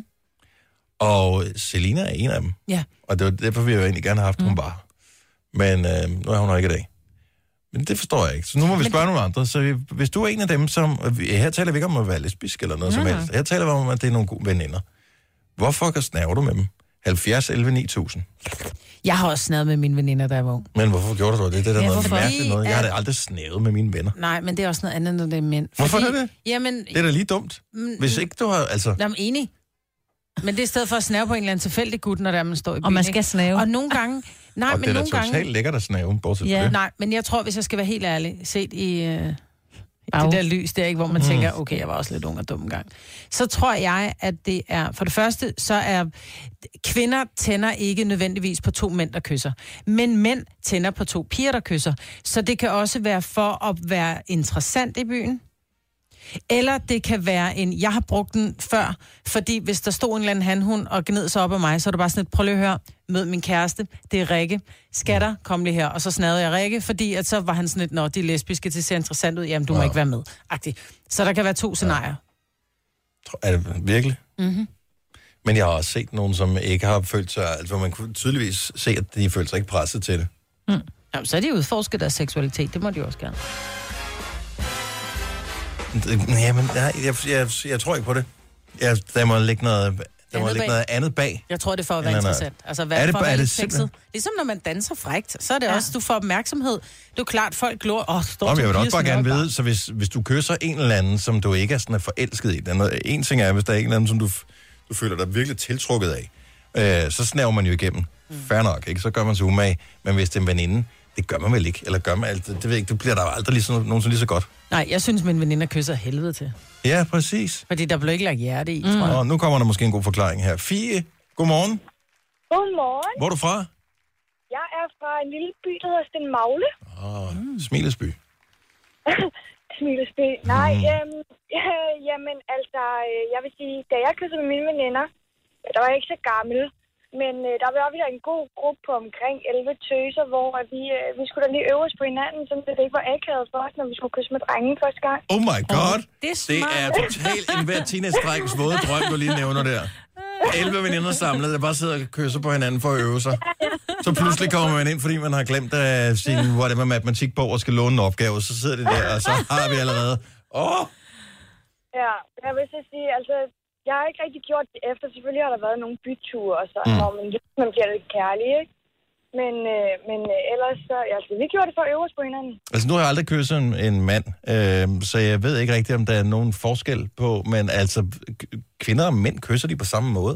Og Selina er en af dem. Ja. Og det var derfor, vi jo egentlig gerne have haft hun bare. Men nu er hun ikke i dag. Men det forstår jeg ikke. Så nu må vi spørge nogle andre. Så hvis du er en af dem, som... Her taler vi ikke om at være lesbisk eller noget som helst. Her taler vi om, at det er nogle gode veninder. Hvorfor snaver du med dem? 70, 11, 9000. Jeg har også snavet med mine veninder, da jeg var ung. Men hvorfor gjorde du det? Det er der noget mærkeligt noget. Jeg har da aldrig snavet med mine venner. Nej, men det er også noget andet, når det er mænd. Hvorfor er det? Jamen... Det er da lige dumt. Hvis ikke du har... Altså... Jeg er enig. Men det er i stedet for at snave på en eller anden tilfældig gut, når der man står i byen. Og man skal snave. Og nogle gange... Nej, og men det er nogle da gange... totalt lækkert at snave, bortset ja. det. Nej, men jeg tror, hvis jeg skal være helt ærlig, set i det der lys, der ikke, hvor man tænker, okay, jeg var også lidt ung og dum engang. Så tror jeg, at det er... For det første, så er... Kvinder tænder ikke nødvendigvis på 2 mænd, der kysser. Men mænd tænder på 2 piger, der kysser. Så det kan også være for at være interessant i byen. Eller det kan være en... Jeg har brugt den før, fordi hvis der stod en eller anden hanhund og gned sig op af mig, så er det bare sådan et, prøv lige at høre, mød min kæreste, det er Rikke. Skatter, kom lige her. Og så snavede jeg Rikke, fordi at så var han sådan et, nå, de er lesbiske, det ser interessant ud, jamen du må ikke være med. Agtigt. Så der kan være 2 scenarier. Er det virkelig? Men jeg har også set nogen, som ikke har følt sig... Altså, hvor man kunne tydeligvis se, at de følte sig ikke presset til det. Jamen, så er de udforsket deres seksualitet, det må de også gerne. Jamen, nej, jeg tror ikke på det. Der må ligge noget andet bag. Jeg tror, det er for at være interessant. Altså, hvad for at være lidt sexet. Ligesom når man danser frækt, så er det også, du får opmærksomhed. Det er jo klart, folk glor. Jeg vil også bare gerne vide, så hvis du kysser en eller anden, som du ikke er sådan forelsket i, en ting er, hvis der er en eller anden, som du føler dig virkelig tiltrukket af, så snaver man jo igennem. Fair nok, ikke? Så gør man sig umage. Men hvis det er en veninde, det gør man vel ikke. Eller gør man alt det ved ikke, det bliver der aldrig nogensinde lige så godt. Nej, jeg synes, mine veninder kysser helvede til. Ja, præcis. Fordi der blev ikke lagt hjerte i, tror jeg. Og nu kommer der måske en god forklaring her. Fie, godmorgen. Godmorgen. Hvor er du fra? Jeg er fra en lille by, der hedder Stenmagle. Smilesby. Smilesby. Nej, jamen altså, jeg vil sige, da jeg kyssede med mine veninder, der var jeg ikke så gammel, men der var vi en god gruppe på omkring 11 tøser, hvor vi skulle da lige øve os på hinanden, så det ikke var akavet for os, når vi skulle kysse med drengen første gang. Oh my god! Det er totalt en hver teenage-drengs våde drøm, du lige nævner der. 11 veninder samlet, der bare sidder og kysser på hinanden for at øve sig. Så pludselig kommer man ind, fordi man har glemt sin matematikbog og skal låne en opgave, så sidder det der, og så har vi allerede... Ja, jeg vil så sige, altså, jeg har ikke rigtig gjort det efter. Selvfølgelig har der været nogle byture og sådan, hvor man bliver lidt kærlig, ikke? Men ellers så, altså, vi gjorde det for at øve os på hinanden. Altså, nu har jeg aldrig kysset en mand, så jeg ved ikke rigtigt, om der er nogen forskel på, men altså, kvinder og mænd kysser de på samme måde?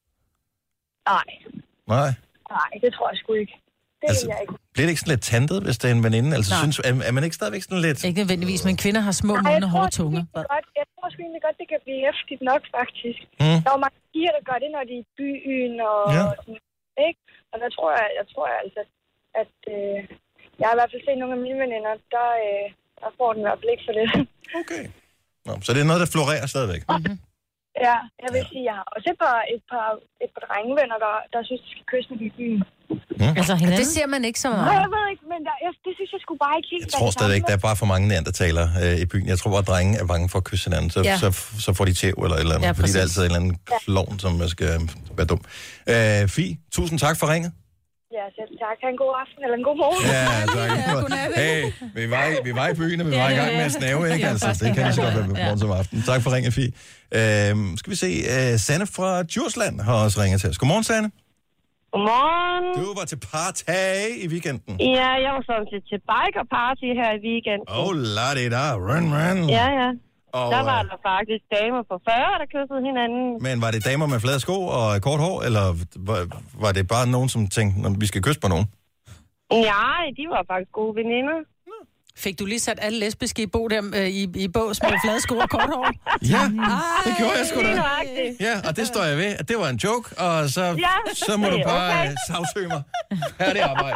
Nej. Nej? Nej, det tror jeg sgu ikke. Det altså, jeg ikke. Bliver det ikke sådan lidt tantet, hvis det er en veninde? Altså, er man ikke stadigvæk sådan lidt... Ikke nødvendigvis, men kvinder har små munde og hårde tunger. Jeg tror sgu egentlig godt, det kan blive hæftigt nok, faktisk. Der er jo mange piger, der gør det, når de er i byen og sådan, ikke? Og der tror jeg altså, at jeg har i hvert fald set nogle af mine veninder, der får den i hvert fald ikke for lidt. Okay. Nå, så det er noget, der florerer stadigvæk? Ja, jeg vil sige, jeg har også et par drengevenner, der synes, de skal kysse med i byen. Altså hinanden? Det ser man ikke så meget. Nej, jeg ved ikke, men det synes jeg sgu bare ikke helt. Jeg tror stadigvæk, der er bare for mange neandertalere i byen. Jeg tror bare, at drenge er bange for at kysse hinanden, så får de tæv eller et eller andet. Ja, fordi der er altid en eller anden klovn, som skal være dum. Fie, tusind tak for ringet. Ja, selv tak. Ha' en god aften eller en god morgen. Ja, tak. Hey, vi var i byen, og vi var i gang med at snave, ikke? Altså, det kan lige så godt være morgen som aften. Tak for ringet, Fie. Skal vi se, Sanne fra Djursland har også ringet til os. Godmorgen, Sanne. Godmorgen. Du var til party i weekenden. Ja, jeg var sådan til biker party her i weekenden. La-di-da, run. Ja. Og, der var der faktisk damer på 40, der kyssede hinanden. Men var det damer med flade sko og kort hår, eller var det bare nogen, som tænkte, vi skal kysse på nogen? Nej, de var faktisk gode veninder. Fik du lige sat alle lesbiske i i bås med flade sko og kort hår? Ja, det gjorde jeg sgu da. Ja, og det står jeg ved, at det var en joke, og så må du bare sagsøge mig. Her er det arbejde.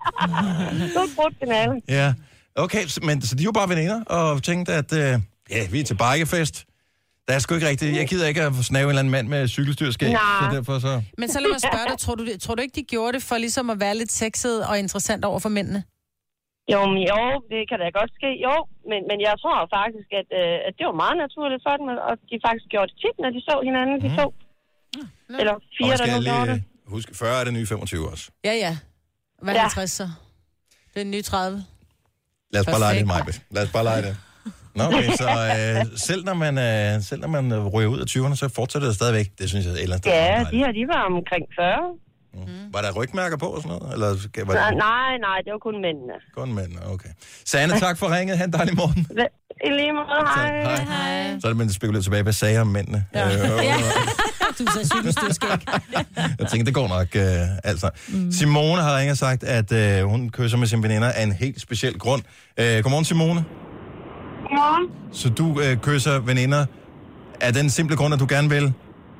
Du brugte den alle. Ja, okay, men så de var bare veninder, og tænkte, at vi er til bikefest. Der er sgu ikke rigtigt. Jeg gider ikke at snave en eller anden mand med cykelstyrskæg, så derfor så... Men så lad mig spørge dig, tror du ikke, de gjorde det for ligesom at være lidt sexet og interessant over for mændene? Jo, det kan da godt ske, men jeg tror faktisk, at det var meget naturligt for dem, og de faktisk gjorde det tit, når de så hinanden, de to. Eller 4, der nu gjorde det. Husk, 40 er det nye 25 også. Ja. Hvad er 50 så? Det er nye 30. Lad os bare lege det, Majbet. Lad os bare lege det. Nå, okay, så selv når man ryger ud af 20'erne, så fortsætter det stadigvæk. Det synes jeg ellers. Ja, de var omkring 40. Var der rygmærker på og sådan noget? Eller var det... Nej, det var kun mændene. Kun mændene, okay. Sanne, tak for ringet. Ha' en dejlig morgen. I lige måde, hej. Så er det, man spekulerer tilbage. Hvad sagde jeg om mændene? Ja. Du sagde cykelstyrskæg. Jeg tænkte, det går nok altså. Simone har ringet og sagt, at hun kysser med sine veninder af en helt speciel grund. Godmorgen, Simone. Godmorgen. Så du kysser veninder af den simple grund, at du gerne vil?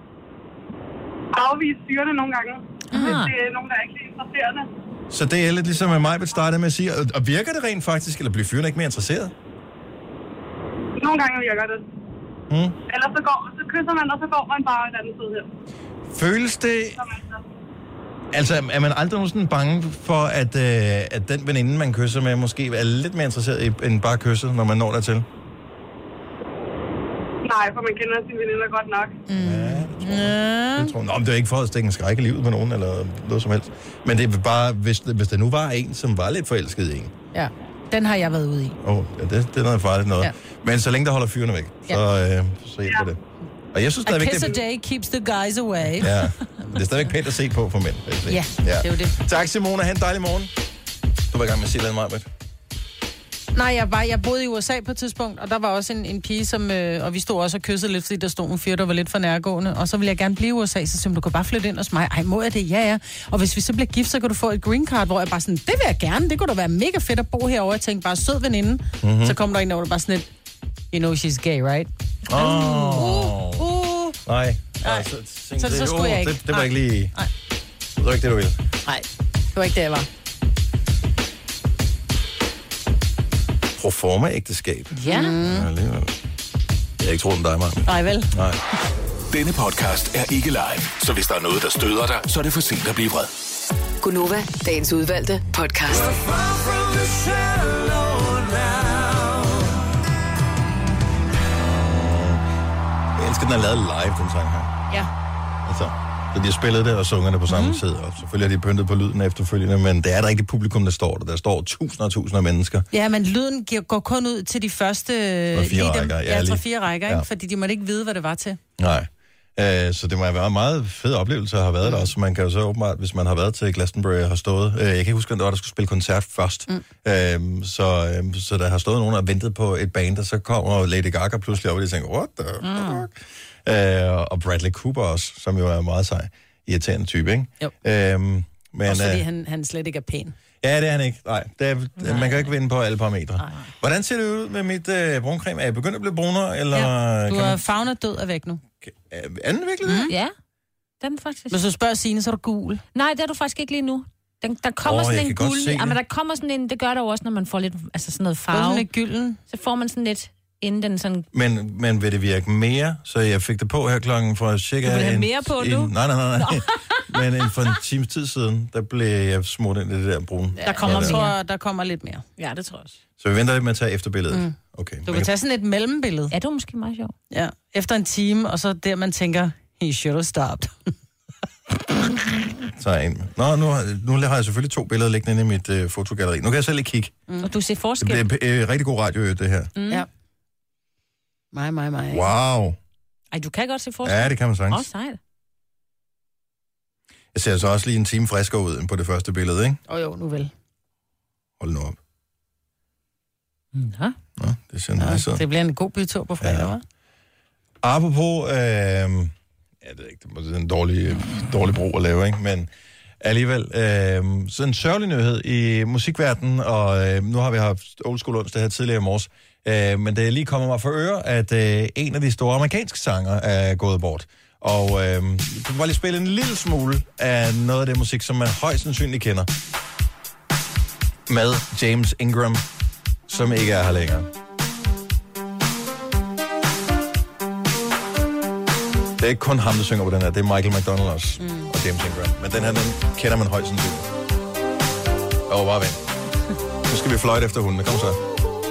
Afvise styrene nogle gange. Hvis det er nogen, der er ikke interesserende. Så det er lidt ligesom at Majbet startede med at sige, og virker det rent faktisk, eller bliver fyrene ikke mere interesseret? Nogle gange virker det. Ellers så kysser man, og så går man bare et andet sted her. Føles det... Altså, er man aldrig sådan bange for, at den veninde, man kysser med, måske er lidt mere interesseret end bare kysset, når man når dertil? Nej, for man kender sine veninder godt nok. Ja, det tror jeg. Nå, men det er ikke for at stikke en skræk i livet på nogen, eller noget som helst. Men det er bare, hvis der nu var en, som var lidt forelsket i en. Ja, den har jeg været ude i. Det er noget farligt noget. Ja. Men så længe der holder fyrene væk, så hjælper det. Og jeg synes stadigvæk, a kiss a day keeps the guys away. Ja, det er stadigvæk pænt at se på for mænd. Ja, det er jo det. Tak, Simone. Ha' en dejlig morgen. Du var i gang med at sige noget, Majbet. Nej, jeg boede i USA på et tidspunkt, og der var også en pige, som, og vi stod også og kyssede lidt, fordi der stod en fyr, der var lidt for nærgående. Og så ville jeg gerne blive i USA, så simpelthen, du kan bare flytte ind hos mig. Ej, må jeg det? Ja. Og hvis vi så bliver gift, så kan du få et green card, hvor jeg bare sådan, det vil jeg gerne. Det kunne da være mega fedt at bo herovre. Jeg tænkte bare, sød veninde. Så kom der en over, der bare sådan lidt, you know she's gay, right? Nej. Så skulle jeg ikke. Det var ikke lige... Nej. Det var ikke det, du ville. Nej, det var ikke det, jeg var. Proforma-ægteskab. Ja. Alligevel. Jeg ikke tror, den dig, Martin. Nej, vel? Nej. Denne podcast er ikke live, så hvis der er noget, der støder dig, så er det for sent at blive vred. Gunova, dagens udvalgte podcast. Jeg elsker, den er lavet live, den sang her. Ja. Altså, Så de har spillet det og sunget det på samme tid, og selvfølgelig har de pyntet på lyden efterfølgende, men det er der ikke et publikum, der står der. Der står tusinder og tusinder af mennesker. Ja, men lyden går kun ud til de første... 3-4 rækker. Ja, 3-4 rækker, ikke? Fordi de måtte ikke vide, hvad det var til. Nej. Så det må have været en meget fed oplevelse at have været der også. Man kan jo så åbenbart, hvis man har været til Glastonbury og har stået... jeg kan ikke huske, der skulle spille koncert først. Så der har stået nogen og ventet på et band, og så kommer Lady Gaga pludselig op, og de tænker, what the fuck? Og Bradley Cooper også, som jo er meget sej, irriterende type, ikke? Jo. Men, også fordi han slet ikke er pæn. Ja, det er han ikke. Nej, man kan ikke vinde på alle parametre. Nej. Hvordan ser det ud med mit bruncreme? Er jeg begyndt at blive brunere? Eller du er fagner død og væk nu. Er den virkelig det? Ja, den faktisk. Hvis du spørger Signe, så er du gul. Nej, det er du faktisk ikke lige nu. Der kommer sådan en guld. Men der kommer sådan en, det gør der jo også, når man får lidt, altså sådan noget farve. Sådan lidt gylden. Så får man sådan lidt, inden den sådan... Men vil det virke mere? Så jeg fik det på her klokken for cirka... Du vil have mere på nu? Nej. Men for en times tid siden, der blev jeg smurt ind i det der brune. Ja, der kommer lidt mere. Ja, det tror jeg også. Så vi venter lidt med at tage efterbilledet. Okay. Du kan tage sådan et mellembillede. Ja, det er måske meget sjovt. Ja, efter en time, og så der man tænker, he should have stopped. Nu har jeg selvfølgelig 2 billeder liggende inde i mit fotogalleri. Nu kan jeg selv lige kigge. Og du ser forskel. Det bliver rigtig god radio, det her. Ja. Mig. Wow. Ej, du kan godt se forskel. Ja, det kan man sagtens. Åh, sejt. Jeg ser så også lige en time friskere ud end på det første billede, ikke? Jo, nu vel. Hold nu op. Ja. Nå, det ser nice ud. Det bliver en god bytur på fredag, hva'? Apropos, det er en dårlig brug at lave, ikke? Men alligevel, så en sørgelig nyhed i musikverdenen, og nu har vi haft Old School onsdag her tidligere i morges, men det er lige kommet mig for øre, at en af de store amerikanske sanger er gået bort. Og jeg vil bare lige spille en lille smule af noget af det musik, som man højst sandsynligt kender. Med James Ingram, som ikke er her længere. Det er ikke kun ham, der synger på den her. Det er Michael McDonald også, og James Ingram. Men den her, den kender man højst sandsynligt. Bare vent. Nu skal vi fløjte efter hundene. Kom så.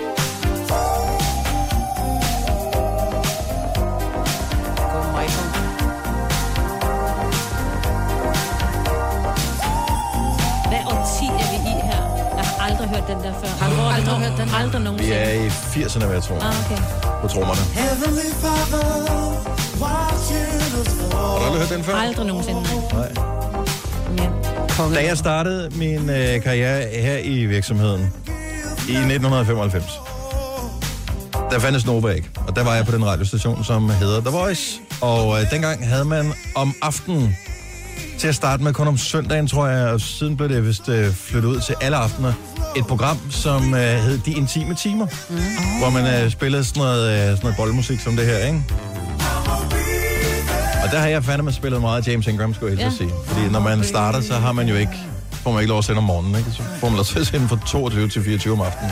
Hørt den der før. Har du aldrig hørt den? Aldrig nogensinde. Vi er i 80'erne, hvad jeg tror. Okay. På trommerne. Har du aldrig hørt den før? Aldrig nogensinde. Nej. Ja. Da jeg startede min karriere her i virksomheden i 1995, der fandtes Nova ikke. Og der var jeg på den radiostation, som hedder The Voice. Og dengang havde man om aftenen, til at starte med kun om søndagen, tror jeg, og siden blev det vist flyttet ud til alle aftener, et program, som hed De Intime Timer, hvor man spillede sådan noget boldmusik som det her, ikke? Og der har jeg fandme spillet meget James Ingram, skulle jeg helt sige. Fordi når man starter, så har man jo ikke, får man ikke lov at sende om morgenen, ikke? Så får man lov til at sende fra 22 til 24 om aftenen.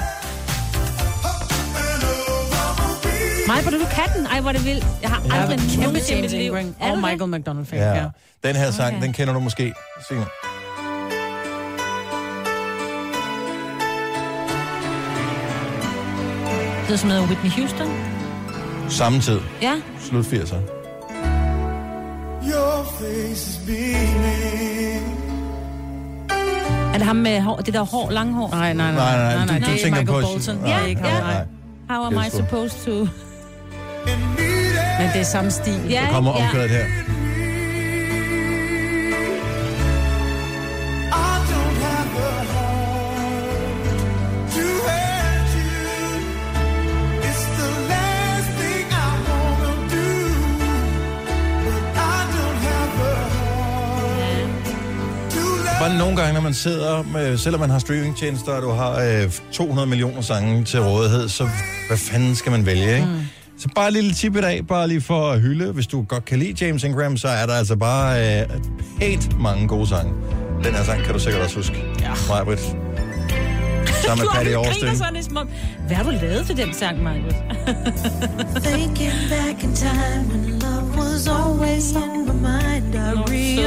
Mig, hvor du kan den. Ej, hvor det vildt. Jeg har aldrig kæmpe James Ingram og Michael McDonald fan. Ja. Den her sang, den kender du måske, Signe. Det er sådan noget Whitney Houston. Samme tid. Ja. Slut 80'erne. Er det ham med hår, det der hår, lange hår? Nej. Du det er tænker Michael på Bolton. Ja. Nej. How am I supposed to? Men det er samme stil. Ja, der kommer omkvædet her. Bare nogle gange, når man sidder med, selvom man har streamingtjenester, og du har 200 millioner sange til rådighed, så hvad fanden skal man vælge, ikke? Så bare et lille tip i dag, bare lige for at hylde. Hvis du godt kan lide James Ingram, så er der altså bare pænt mange gode sange. Den her sang kan du sikkert også huske. Ja. Maja-Britt. Sammen med Patty Austin. Hvad har du lavet til den sang, Maja-Britt? Thinking back in time when love was always on my mind, I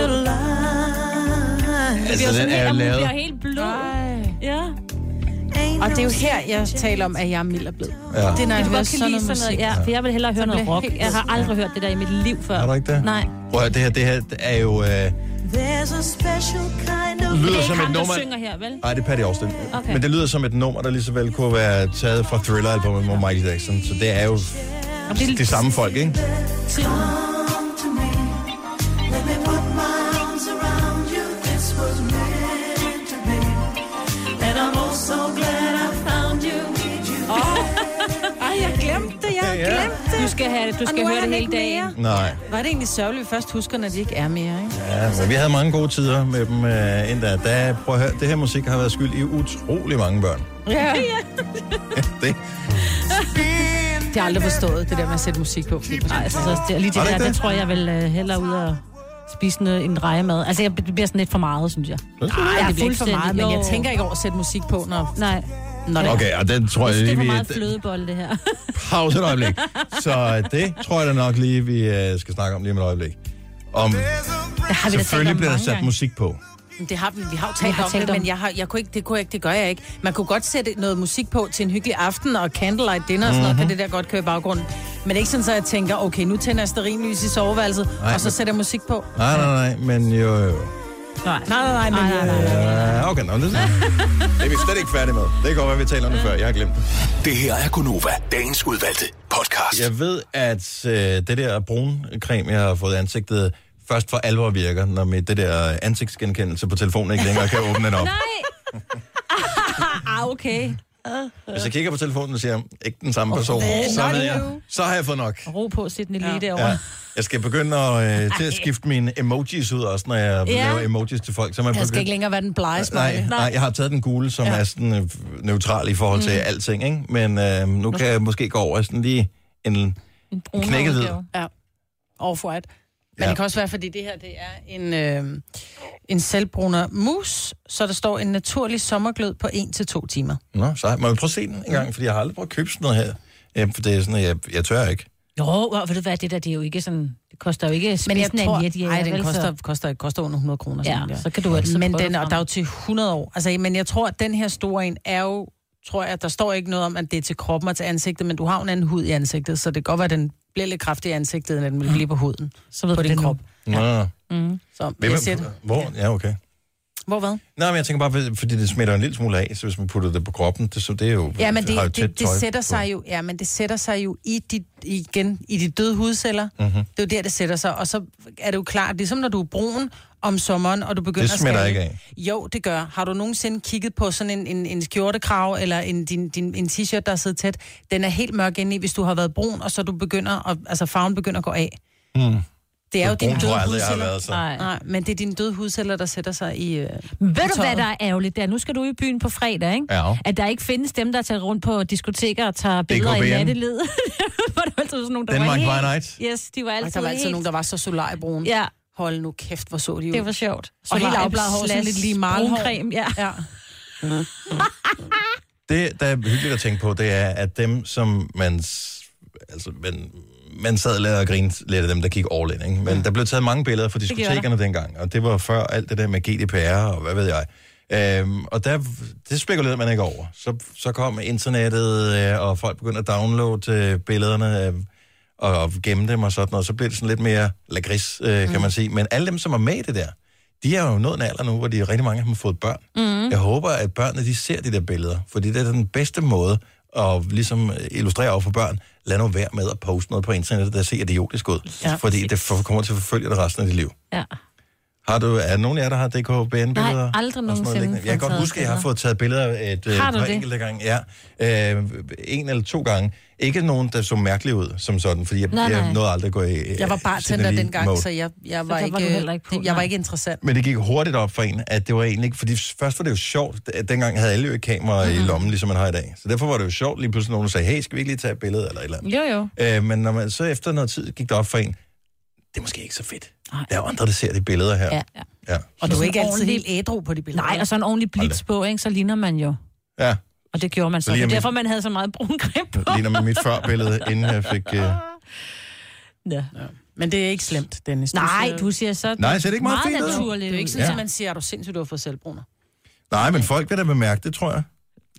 realized. Altså, den er jo lavet. Hun bliver helt blå. Ja. Og det er jo her, jeg taler om, at jeg er mild og blød. Ja. Det er, når jeg hører godt kan sådan lide noget musik. ja, for jeg vil hellere høre noget rock. Jeg har aldrig hørt det der i mit liv før. Har du ikke det? Nej. Prøv at, det her er jo... There's a special kind of... Det lyder er som ikke et ham, der nummer... synger her, vel? Nej, det er Patty Austin. Okay. Men det lyder som et nummer, der lige så vel kunne være taget fra Thriller-albumet med Michael Jackson. Så det er jo de samme folk, ikke? Come to me. Let me put my arms around you. This was meant to be. And I'm oh so glad I found you. Ej, jeg glemte det, Du skal have det, du skal høre det hele dagen. Nej. Var det egentlig sørgeligt, vi først husker, når de ikke er mere, ikke? Ja, men vi havde mange gode tider med dem endda. Prøv at høre, det her musik har været skyld i utrolig mange børn. Ja. Det. De har aldrig forstået det der med at sætte musik på. Nej, altså, lige det der, det tror jeg vil hellere ud og spise en rejemad. Altså, det bliver sådan lidt for meget, synes jeg. Nej, det bliver ikke for meget, men jeg tænker ikke over at sætte musik på, når... Nej. Okay, og den tror jeg lige, det er for vi... meget flødebolle, det her. Pause et øjeblik. Så det tror jeg da nok lige, vi skal snakke om lige med et øjeblik. Om selvfølgelig bliver der sat musik på. Det har vi har jo talt om det, men det gør jeg ikke. Man kunne godt sætte noget musik på til en hyggelig aften og candlelight dinner og sådan noget, kan det der godt køre i baggrunden. Men det er ikke sådan, så jeg tænker, okay, nu tænder jeg stearinlys i soveværelset, og så sætter jeg musik på. Nej, men jo. Nej. Okay, nå, det er vi slet ikke færdige med. Det kan godt være, vi taler om det før. Jeg har glemt det. Det her er Gonova, dagens udvalgte podcast. Jeg ved, at det der bruncreme, jeg har fået i ansigtet, først for alvor virker, når med det der ansigtsgenkendelse på telefonen ikke længere kan åbne den op. Nej! Okay. Hvis jeg kigger på telefonen og siger, ikke den samme person, så har jeg fået nok. Ro på, Sidney lige derovre. Ja. Jeg skal begynde til at skifte mine emojis ud også, når jeg laver emojis til folk. Så jeg skal ikke længere være den blege smiley. Nej, jeg har taget den gule, som er sådan neutral i forhold til alting, ikke? Men nu kan jeg måske gå over sådan lige en knækket hvid. Ja, off-white. Men det kan også være, fordi det her, det er en selvbruner mus, så der står en naturlig sommerglød på 1-2 timer. Nå, så må vi prøve at se den en gang, fordi jeg har aldrig prøvet at købe sådan noget her. For det er sådan, at jeg tør ikke. Jo, ved du hvad, det der, det er jo ikke sådan, det koster jo ikke spidsen af en jetjæger. Nej, den koster under 100 kroner. Ja, så kan du altid men den, og der er jo til 100 år. Altså, men jeg tror, at den her store en er jo, tror jeg, der står ikke noget om, at det er til kroppen og til ansigtet, men du har en anden hud i ansigtet, så det kan godt være, at den bliver lidt kraftig i ansigtet, end den vil blive på huden. Så ved på din krop. Ja. Så jeg siger det. Hvor? Ja, okay. Hvor hvad? Nej, men jeg tænker bare, fordi det smitter en lille smule af, så hvis man putter det på kroppen, det er jo... Ja, men det sætter sig jo, men det sætter sig jo i de døde hudceller. Det er jo der, det sætter sig. Og så er det jo klart, ligesom når du er brun om sommeren, og du begynder at smitter ikke af. Jo, det gør. Har du nogensinde kigget på sådan en skjortekrav, eller en t-shirt, der sidder tæt? Den er helt mørk inde i, hvis du har været brun, og så du begynder, altså farven begynder at gå af. Det er jo dine døde hudceller. Nej, men det er dine døde hudceller, der sætter sig i Ved du, hvad der er ærgerligt der? Nu skal du i byen på fredag, ikke? Ja. At der ikke findes dem, der tager rundt på diskoteker og tager billeder i nattelivet. Var der altid sådan nogle, der Denmark var by night. Yes, de var altid der var altid nogen, der var så solariebrune. Ja. Hold nu kæft, hvor så de ud. Det var sjovt. Og helt afbladet hår, sådan lidt lige brunkrem, ja. Det, der er hyggeligt at tænke på, det er, at dem, som man sad og grinte lidt af dem, der gik all in, ikke? Men der blev taget mange billeder fra diskotekerne dengang, og det var før alt det der med GDPR og hvad ved jeg. Og det spekulerede man ikke over. Så kom internettet, og folk begyndte at downloade billederne og gemme dem og sådan noget, så blev det sådan lidt mere lagris, kan man sige. Men alle dem, som er med i det der, de er jo nået en alder nu, hvor de rigtig mange af dem har fået børn. Jeg håber, at børnene, de ser de der billeder, fordi det er den bedste måde at ligesom illustrere over for børn. Lad nu være med at poste noget på internettet, der ser idiotisk ud. Ja, fordi det kommer til at forfølge dig resten af dit liv. Ja. Er nogen af jer, der har DKBN-billeder? Nej, aldrig nogensinde. Jeg kan godt huske, at jeg har fået taget billeder et par enkelte gange. Ja, 1 eller 2 gange. Ikke nogen, der så mærkeligt ud som sådan, fordi jeg nåede aldrig at gå i jeg var bartender dengang, så jeg var ikke interessant. Men det gik hurtigt op for en, at det var egentlig ikke, fordi først var det jo sjovt. Dengang havde alle jo et kamera i lommen, ligesom man har i dag. Så derfor var det jo sjovt, lige pludselig nogen sagde, hey, skal vi ikke lige tage et billede eller et eller andet? Jo. Men når man så efter noget tid gik det op for en, det er måske ikke så fedt. Der er jo andre, der ser de billeder her. Ja. Og du er ikke altid helt ædru på de billeder. Nej, og så en ordentlig blitz på, ikke? Så ligner man jo. Ja. Og det gjorde man så. Det er derfor, man havde så meget brunkrem på. Det ligner mit førbillede, inden jeg fik... Ja. Men det er ikke slemt, Dennis. Nej, du siger så... Nej, så er det ikke meget fint. Naturligt. Det er ikke sådan, at man siger, at du sindssygt, du har fået selvbruner. Nej, men folk vil da bemærke det, tror jeg.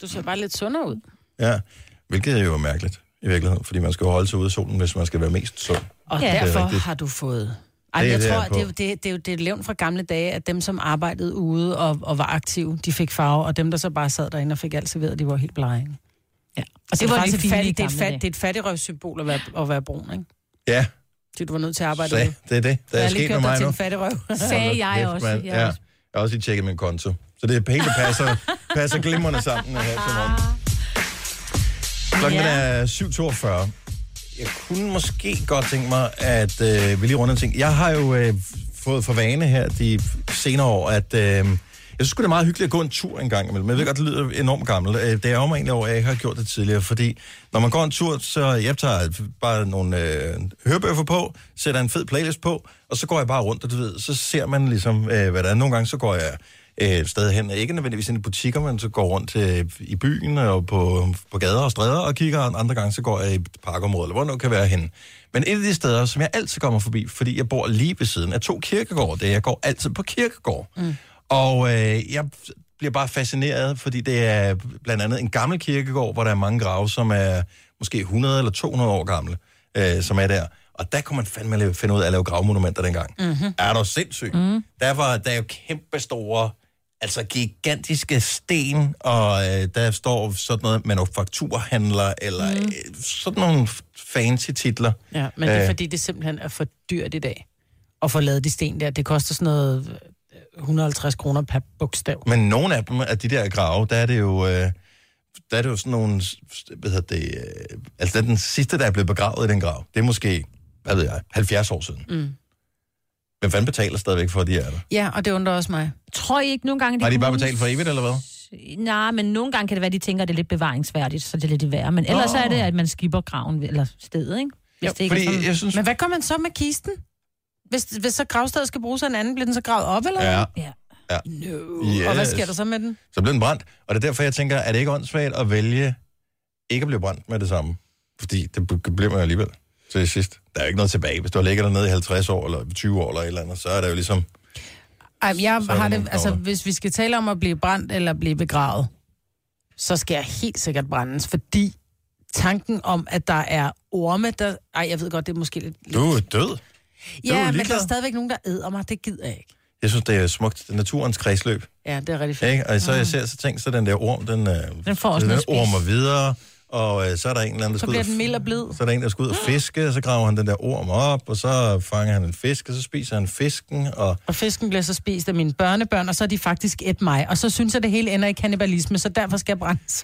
Du ser bare lidt sundere ud. Ja, hvilket jo er mærkeligt i virkeligheden, fordi man skal jo holde sig ude af solen, hvis man skal være mest sund. Og derfor har du fået... Ej, Det er jeg tror, derpå. det er levn fra gamle dage, at dem, som arbejdede ude og var aktive, de fik farve, og dem, der så bare sad derinde og fik alt serveret, de var helt blege. Ja. Og det var faktisk det fine i det gamle dage. er et fattigrøvssymbol at være brun, ikke? Ja, Så du var nødt til at arbejde så ude. det er det, der er sket med mig til nu. en fattigrøv. Sagde jeg også. Ja. Jeg har også lige tjekket min konto. Så det hele passer glimrende sammen her til morgen. Klokken er 7.42. Jeg kunne måske godt tænke mig, at vi lige runder en ting. Jeg har jo fået for vane her de senere år, at jeg synes det er meget hyggeligt at gå en tur en gang imellem. Men jeg ved godt, det lyder enormt gammelt. Det er jo mig egentlig over, at jeg ikke har gjort det tidligere, fordi når man går en tur, så jeg tager bare nogle hørebøffer på, sætter en fed playlist på, og så går jeg bare rundt, og du ved, så ser man ligesom, hvad der er. Nogle gange så går jeg et sted hen, ikke nødvendigvis ind i butikker, men så går rundt i byen og på gader og stræder og kigger, og andre gange så går jeg i et parkområde, eller hvor noget kan være henne. Men et af de steder, som jeg altid kommer forbi, fordi jeg bor lige ved siden af 2 kirkegårde, det er, jeg går altid på kirkegård. Og jeg bliver bare fascineret, fordi det er blandt andet en gammel kirkegård, hvor der er mange grave, som er måske 100 eller 200 år gamle, som er der. Og der kunne man fandme finde ud af at lave gravmonumenter dengang. Mm-hmm. Er du sindssygt? Mm-hmm. Der er jo kæmpe store, altså gigantiske sten, og der står sådan noget manufakturhandler, eller sådan nogle fancy titler. Ja, men det er fordi, det simpelthen er for dyrt i dag at få lavet de sten der. Det koster sådan noget 150 kroner per bogstav. Men nogle af dem, af de der grave, der er det jo sådan nogle, altså det er den sidste, der er blevet begravet i den grav. Det er måske, 70 år siden. Mm. Hvem fanden betaler stadigvæk for, at de er der? Ja, og det undrer også mig. Tror I ikke nogle gange... Har de bare betalt for evigt, eller hvad? Nej, men nogle gange kan det være, at de tænker, at det er lidt bevaringsværdigt, så det er lidt i værd. Men ellers er det, at man skipper graven eller stedet, ikke? Jo, det ikke fordi jeg synes... Men hvad gør man så med kisten? Hvis så gravstedet skal bruges af en anden, bliver den så gravet op, eller Ja. Ja. No. Yes. Og hvad sker der så med den? Så bliver den brændt. Og det er derfor, jeg tænker, er det ikke åndssvagt at vælge ikke at blive brændt med det samme? Fordi det bliver man alligevel til sidst. Der er jo ikke noget tilbage. Hvis du har ligget dernede i 50 år, eller 20 år, eller et eller andet, så er det jo ligesom... Ej, jeg har det, altså, hvis vi skal tale om at blive brændt eller blive begravet, så skal jeg helt sikkert brændes, fordi tanken om, at der er orme, der... Ej, jeg ved godt, det er måske lidt... Du er død. Ja, men der er stadigvæk nogen, der æder mig. Det gider jeg ikke. Jeg synes, det er smukt. Det er naturens kredsløb. Ja, det er rigtig fint. Ikke? Og så jeg ser så tænkt, så den der orm, den får også noget ormer videre, og så er der en eller anden, der Så bliver den mild og blid. Så er der en, der skal ud og fiske, og så graver han den der orm op, og så fanger han en fisk, og så spiser han fisken, og fisken bliver så spist af mine børnebørn, og så er de faktisk et mig. Og så synes jeg, det hele ender i kannibalisme, så derfor skal jeg brændes.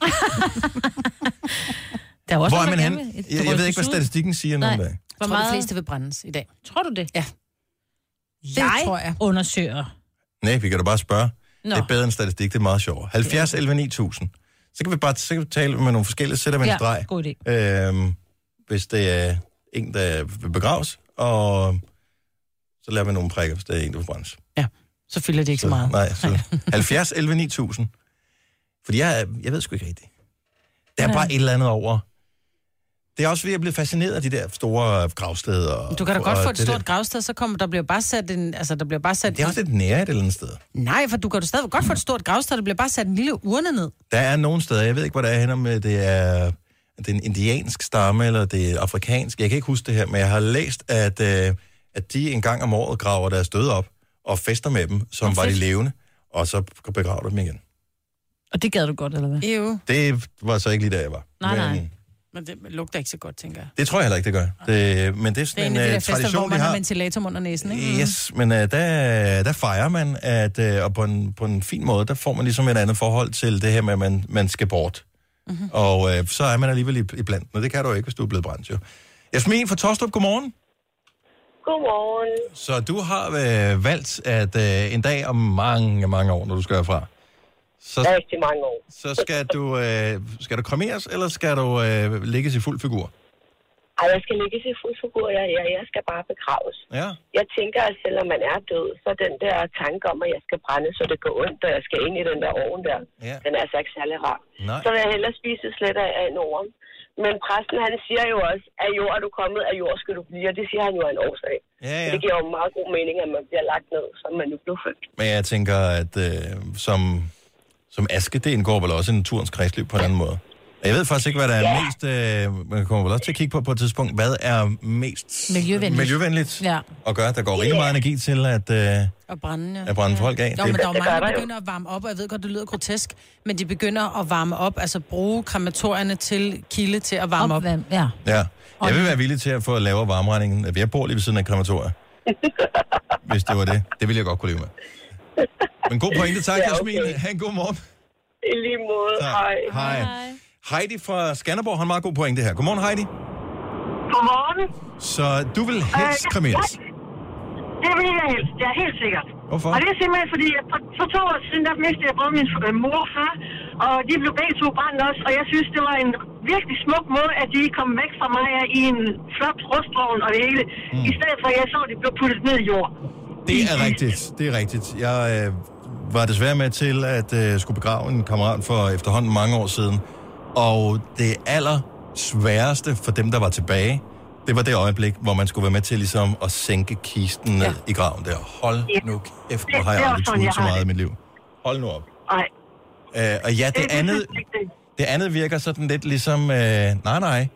Der er også hvor er nogen, man der henne? gerne vil- Jeg ved ikke, hvad statistikken siger nogen dag. Hvor meget... de fleste vil brændes i dag. Tror du det? Ja. Jeg tror jeg. undersøger. Nej, vi kan da bare spørge. Nå. Det er bedre end statistik, det er meget sjovt. 70, 11, 9000. Så kan vi tale med nogle forskellige, sætter med en streg. God idé. Hvis det er en, der vil begraves, og så laver vi nogle prikker, hvis det er en, der vil brændes. Ja, så fylder det ikke så meget. Nej, så 70, 11, 9000. Fordi jeg ved sgu ikke rigtigt. Der er bare et eller andet over. Det er også ved at blive fascineret af de der store gravsteder. Du kan da godt få et stort gravsted, så kommer der bliver bare sat en... Altså, der bliver bare sat... Det er også lidt nære et eller andet sted. Nej, for du kan da stadig godt få et stort gravsted, der bliver bare sat en lille urne ned. Der er nogle steder, jeg ved ikke, hvor der er henne, med det er en indiansk stamme, eller det er afrikansk. Jeg kan ikke huske det her, men jeg har læst, at de en gang om året graver deres døde op, og fester med dem, som var de levende, og så begraver dem igen. Og det gad du godt, eller hvad? Jo. Det var så ikke lige der, jeg var. Nej. Men det lugter ikke så godt, tænker jeg. Det tror jeg heller ikke, det gør. Men det er sådan det er en af de der tradition, fester, hvor man de har har. ventilator under næsen, ikke? Yes, men der fejrer man, at og på en fin måde, der får man ligesom et andet forhold til det her med, at man skal bort. Mm-hmm. Og så er man alligevel i blandt, og det kan du ikke, hvis du er blevet brændt, jo. Jasmin fra Tostrup, godmorgen. Godmorgen. Så du har valgt, at en dag om mange år, når du skal herfra, så, rigtig mange år. så skal du kremeres, eller skal du lægges i fuld figur? Ej, jeg skal lægges i fuld figur. Jeg skal bare begraves. Ja. Jeg tænker, at selvom man er død, så den der tanke om, at jeg skal brænde, så det går ondt, og jeg skal ind i den der ovn der, den er altså ikke særlig rar. Nej. Så vil jeg hellere spise slet af en orm. Men præsten, han siger jo også, at jord er du kommet, af jord skal du blive, og det siger han jo af en årsag. Ja. Det giver jo meget god mening, at man bliver lagt ned, som man jo blev født. Men jeg tænker, at som aske, det indgår vel også i naturens kredsløb på en anden måde. Jeg ved faktisk ikke, hvad der er mest... man kommer vel også til at kigge på et tidspunkt, hvad er mest miljøvenligt at gøre. Der går rigtig meget energi til at brænde folk af. Jo, men der er mange, der begynder at varme op, og jeg ved godt, det lyder grotesk, men de begynder at varme op, altså bruge krematorierne til kilde til at varme op. Ja. Jeg vil være villig til at få lavere varmeregningen. Jeg bor lige ved siden af krematoriet. Hvis det var det. Det ville jeg godt kunne leve med. Men god pointe. Tak, Jasmin. Ha' en god morgen. I lige måde. Hej. Heidi fra Skanderborg har en meget god pointe her. Godmorgen, Heidi. Godmorgen. Så du vil helst kremeres? Det vil jeg helst. Det er helt sikkert. Hvorfor? Og det er simpelthen fordi, at for 2 år siden, der mistede jeg både min mor og far, og de blev begge 2 brændt også, og jeg synes, det var en virkelig smuk måde, at de kom væk fra mig i en flot rustvogn og det hele, i stedet for, at jeg så, at de blev puttet ned i jord. Det er rigtigt. Det er rigtigt. Jeg var desværre med til at skulle begrave en kammerat for efterhånden mange år siden, og det allersværeste for dem, der var tilbage, det var det øjeblik, hvor man skulle være med til ligesom at sænke kisten ned i graven der. Hold nu kæft, hvor har jeg aldrig tudet så meget i mit liv. Hold nu op. Nej. Og ja, det andet virker sådan lidt ligesom, nej.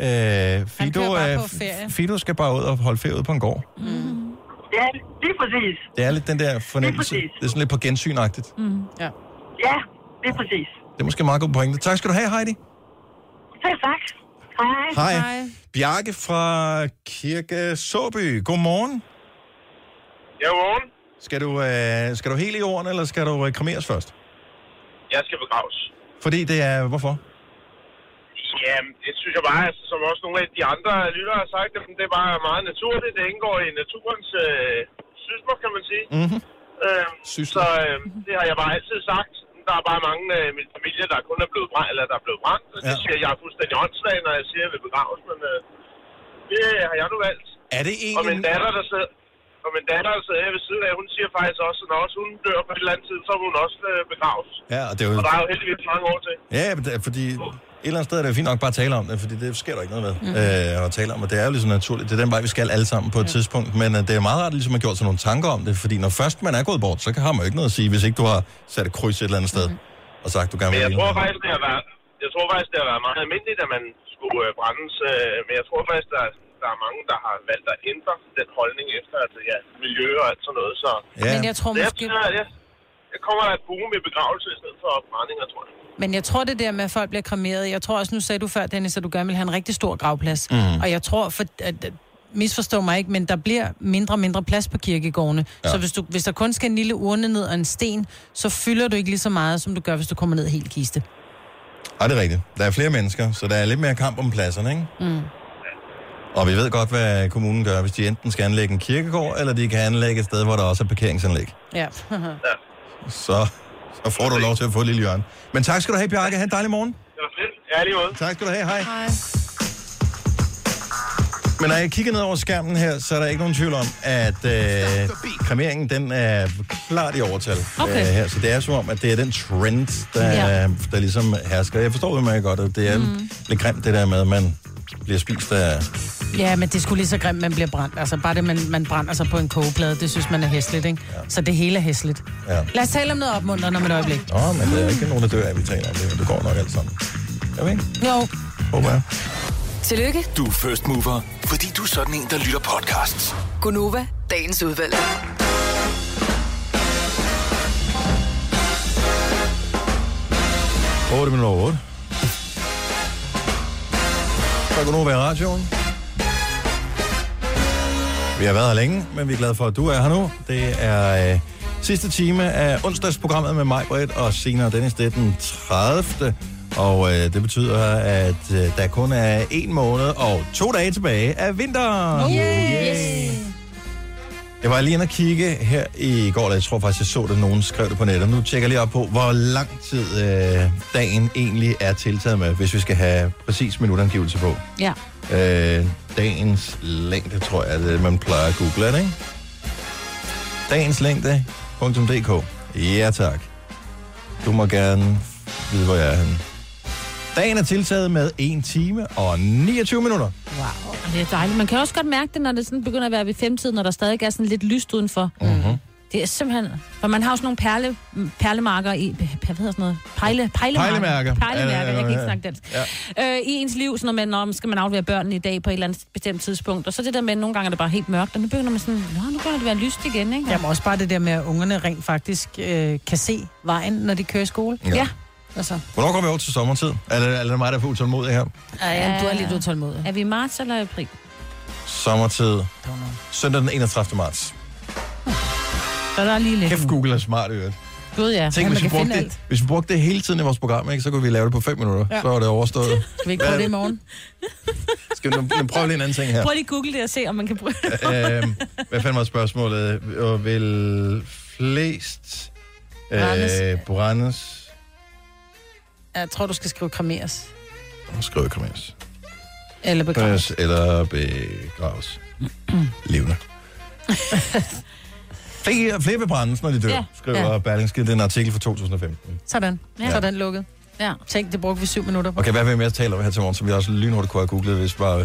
Fido skal bare ud og holde ferie ud på en gård. Ja, lige præcis. Det er lidt den der fornemmelse. Det er sådan lidt på gensynagtigt. Ja, lige præcis. Det er måske meget god pointe. Tak skal du have, Heidi. Tak. Hej. Bjarke fra Kirke Såby. Godmorgen. Ja, godmorgen. Skal du hele jorden, eller skal du kremeres først? Jeg skal begraves. Fordi det er... Hvorfor? Jamen, det synes jeg bare, som også nogle af de andre lyttere har sagt, det er bare meget naturligt. Det indgår i naturens sysler, kan man sige. Så det har jeg bare altid sagt. Der er bare mange af min familie, der kun er blevet brændt, eller der er blevet brændt. Det siger jeg fuldstændig åndssvagt, når jeg siger, at jeg vil begraves, men det har jeg nu valgt. Er det egentlig... Og min datter, der sidder ved siden af, hun siger faktisk også, at når også hun dør på et eller andet tid, så vil hun også begraves. Ja, og det er jo... Og der er jo heldigvis mange år til. Ja, fordi... Et eller andet sted er det jo fint nok bare at tale om det, fordi det sker der ikke noget med at tale om, og det er jo ligesom naturligt. Det er den vej, vi skal alle sammen på et tidspunkt, men det er meget rart ligesom at have gjort sig nogle tanker om det, fordi når først man er gået bort, så har man jo ikke noget at sige, hvis ikke du har sat et kryds et eller andet sted og sagt, du gerne vil. Men jeg tror faktisk, det har været meget almindeligt, at man skulle brændes, men jeg tror faktisk, der er mange, der har valgt at ændre den holdning efter miljø og alt sådan noget, så... Ja. Men jeg tror måske... Jeg kommer der et boom med begravelse i stedet for brændinger, tror jeg. Men jeg tror det der med, at folk bliver kremeret, jeg tror også, nu sagde du før, Dennis, at du gerne vil have en rigtig stor gravplads. Og jeg tror, misforstå mig ikke, men der bliver mindre plads på kirkegårdene. Ja. Så hvis der kun skal en lille urne ned og en sten, så fylder du ikke lige så meget, som du gør, hvis du kommer ned helt kiste. Ja, det er rigtigt. Der er flere mennesker, så der er lidt mere kamp om pladserne, ikke? Og vi ved godt, hvad kommunen gør, hvis de enten skal anlægge en kirkegård, eller de kan anlægge et sted, hvor der også er parkeringsanlæg. Ja. Så får du lov til at få et lille hjørne. Men tak skal du have, Bjarke. Ha' en dejlig morgen. Det var fedt. Ja, lige måde. Tak skal du have. Hej. Men når jeg kigger ned over skærmen her, så er der ikke nogen tvivl om, at kremeringen, den er klart i overtal her. Så det er som om, at det er den trend, der ligesom hersker. Jeg forstår det meget godt, at det er lidt grimt, det der med, at man bliver spist af... Ja, men det er sgu lige så grimt, man bliver brændt. Altså bare det, man brænder sig på en kogeplade, det synes man er hæsligt, ikke? Ja. Så det hele er hæsligt. Ja. Lad os tale om noget opmuntrende om et øjeblik. Men det er ikke nogen, der dør af, vi taler om det. Det går nok alt sammen. Jeg ved ikke. Jo. Håber jeg. Tillykke. Du er first mover, fordi du er sådan en, der lytter podcasts. Gunova, dagens udvalgte. Otte minutter over 8. Så kan nu være i radioen. Vi har været her længe, men vi er glade for, at du er her nu. Det er sidste time af onsdagsprogrammet med mig, Britt, og senere Dennis, det er den 30. Og det betyder, at der kun er 1 måned og 2 dage tilbage af vinteren. Yes. Jeg var lige inde og kigge her i går, og jeg tror faktisk, jeg så det, nogen skrev det på nettet. Nu tjekker jeg lige op på, hvor lang tid dagen egentlig er tiltaget med, hvis vi skal have præcis minutangivelse på. Ja. Dagens længde, tror jeg, det man plejer at google, er det, ikke? Dagenslængde.dk. Ja, tak. Du må gerne vide, hvor jeg er henne. Dagen er tiltaget med 1 time og 29 minutter. Wow, det er dejligt. Man kan også godt mærke det, når det sådan begynder at være ved 5-tiden, når der stadig er sådan lidt lyst udenfor. Mm-hmm. Det er simpelthen... For man har jo sådan nogle perlemarker i... Hvad hedder sådan noget? Pejlemærker. Jeg kan ikke snakke dansk. Ja. I ens liv, sådan noget med, når skal man aflevere børnene i dag på et eller andet bestemt tidspunkt. Og så det der med, nogle gange er det bare helt mørkt, og nu begynder man sådan, nu begynder det være lyst igen, ikke? Jamen også bare det der med, at ungerne rent faktisk kan se vejen, når de kører i skole. Ja. Altså. Hvornår går vi over til sommertid? Er det mig, der er for utålmodig her? Ja, du er lidt utålmodig. Er vi i marts eller april? Sommertid. Søndag den 31. marts. Så der er lige lidt. Kæft, Google er smart, øvrigt. Gud, ja. Tænk, hvis vi brugte det hele tiden i vores program, ikke, så kunne vi lave det på 5 minutter. Ja. Så var det overstået. Skal vi ikke prøve det i morgen? Skal vi prøve lige en anden ting her? Prøv lige Google det og se, om man kan bruge det. Hvad fanden var spørgsmålet? Vil flest brændes? Jeg tror, du skal skrive kremeres. Skrive kremeres. Eller begraves. Eller begraves. Levende. Flere vil brændes, når de dør, skriver Berlingske. Det er en artikel fra 2015. Sådan. Ja. Så er den lukket. Ja. Tænk, det brugte vi 7 minutter på. Okay, hvad vil jeg mere tale om her til morgen, som vi også lynhurtigt kunne have googlet, hvis bare...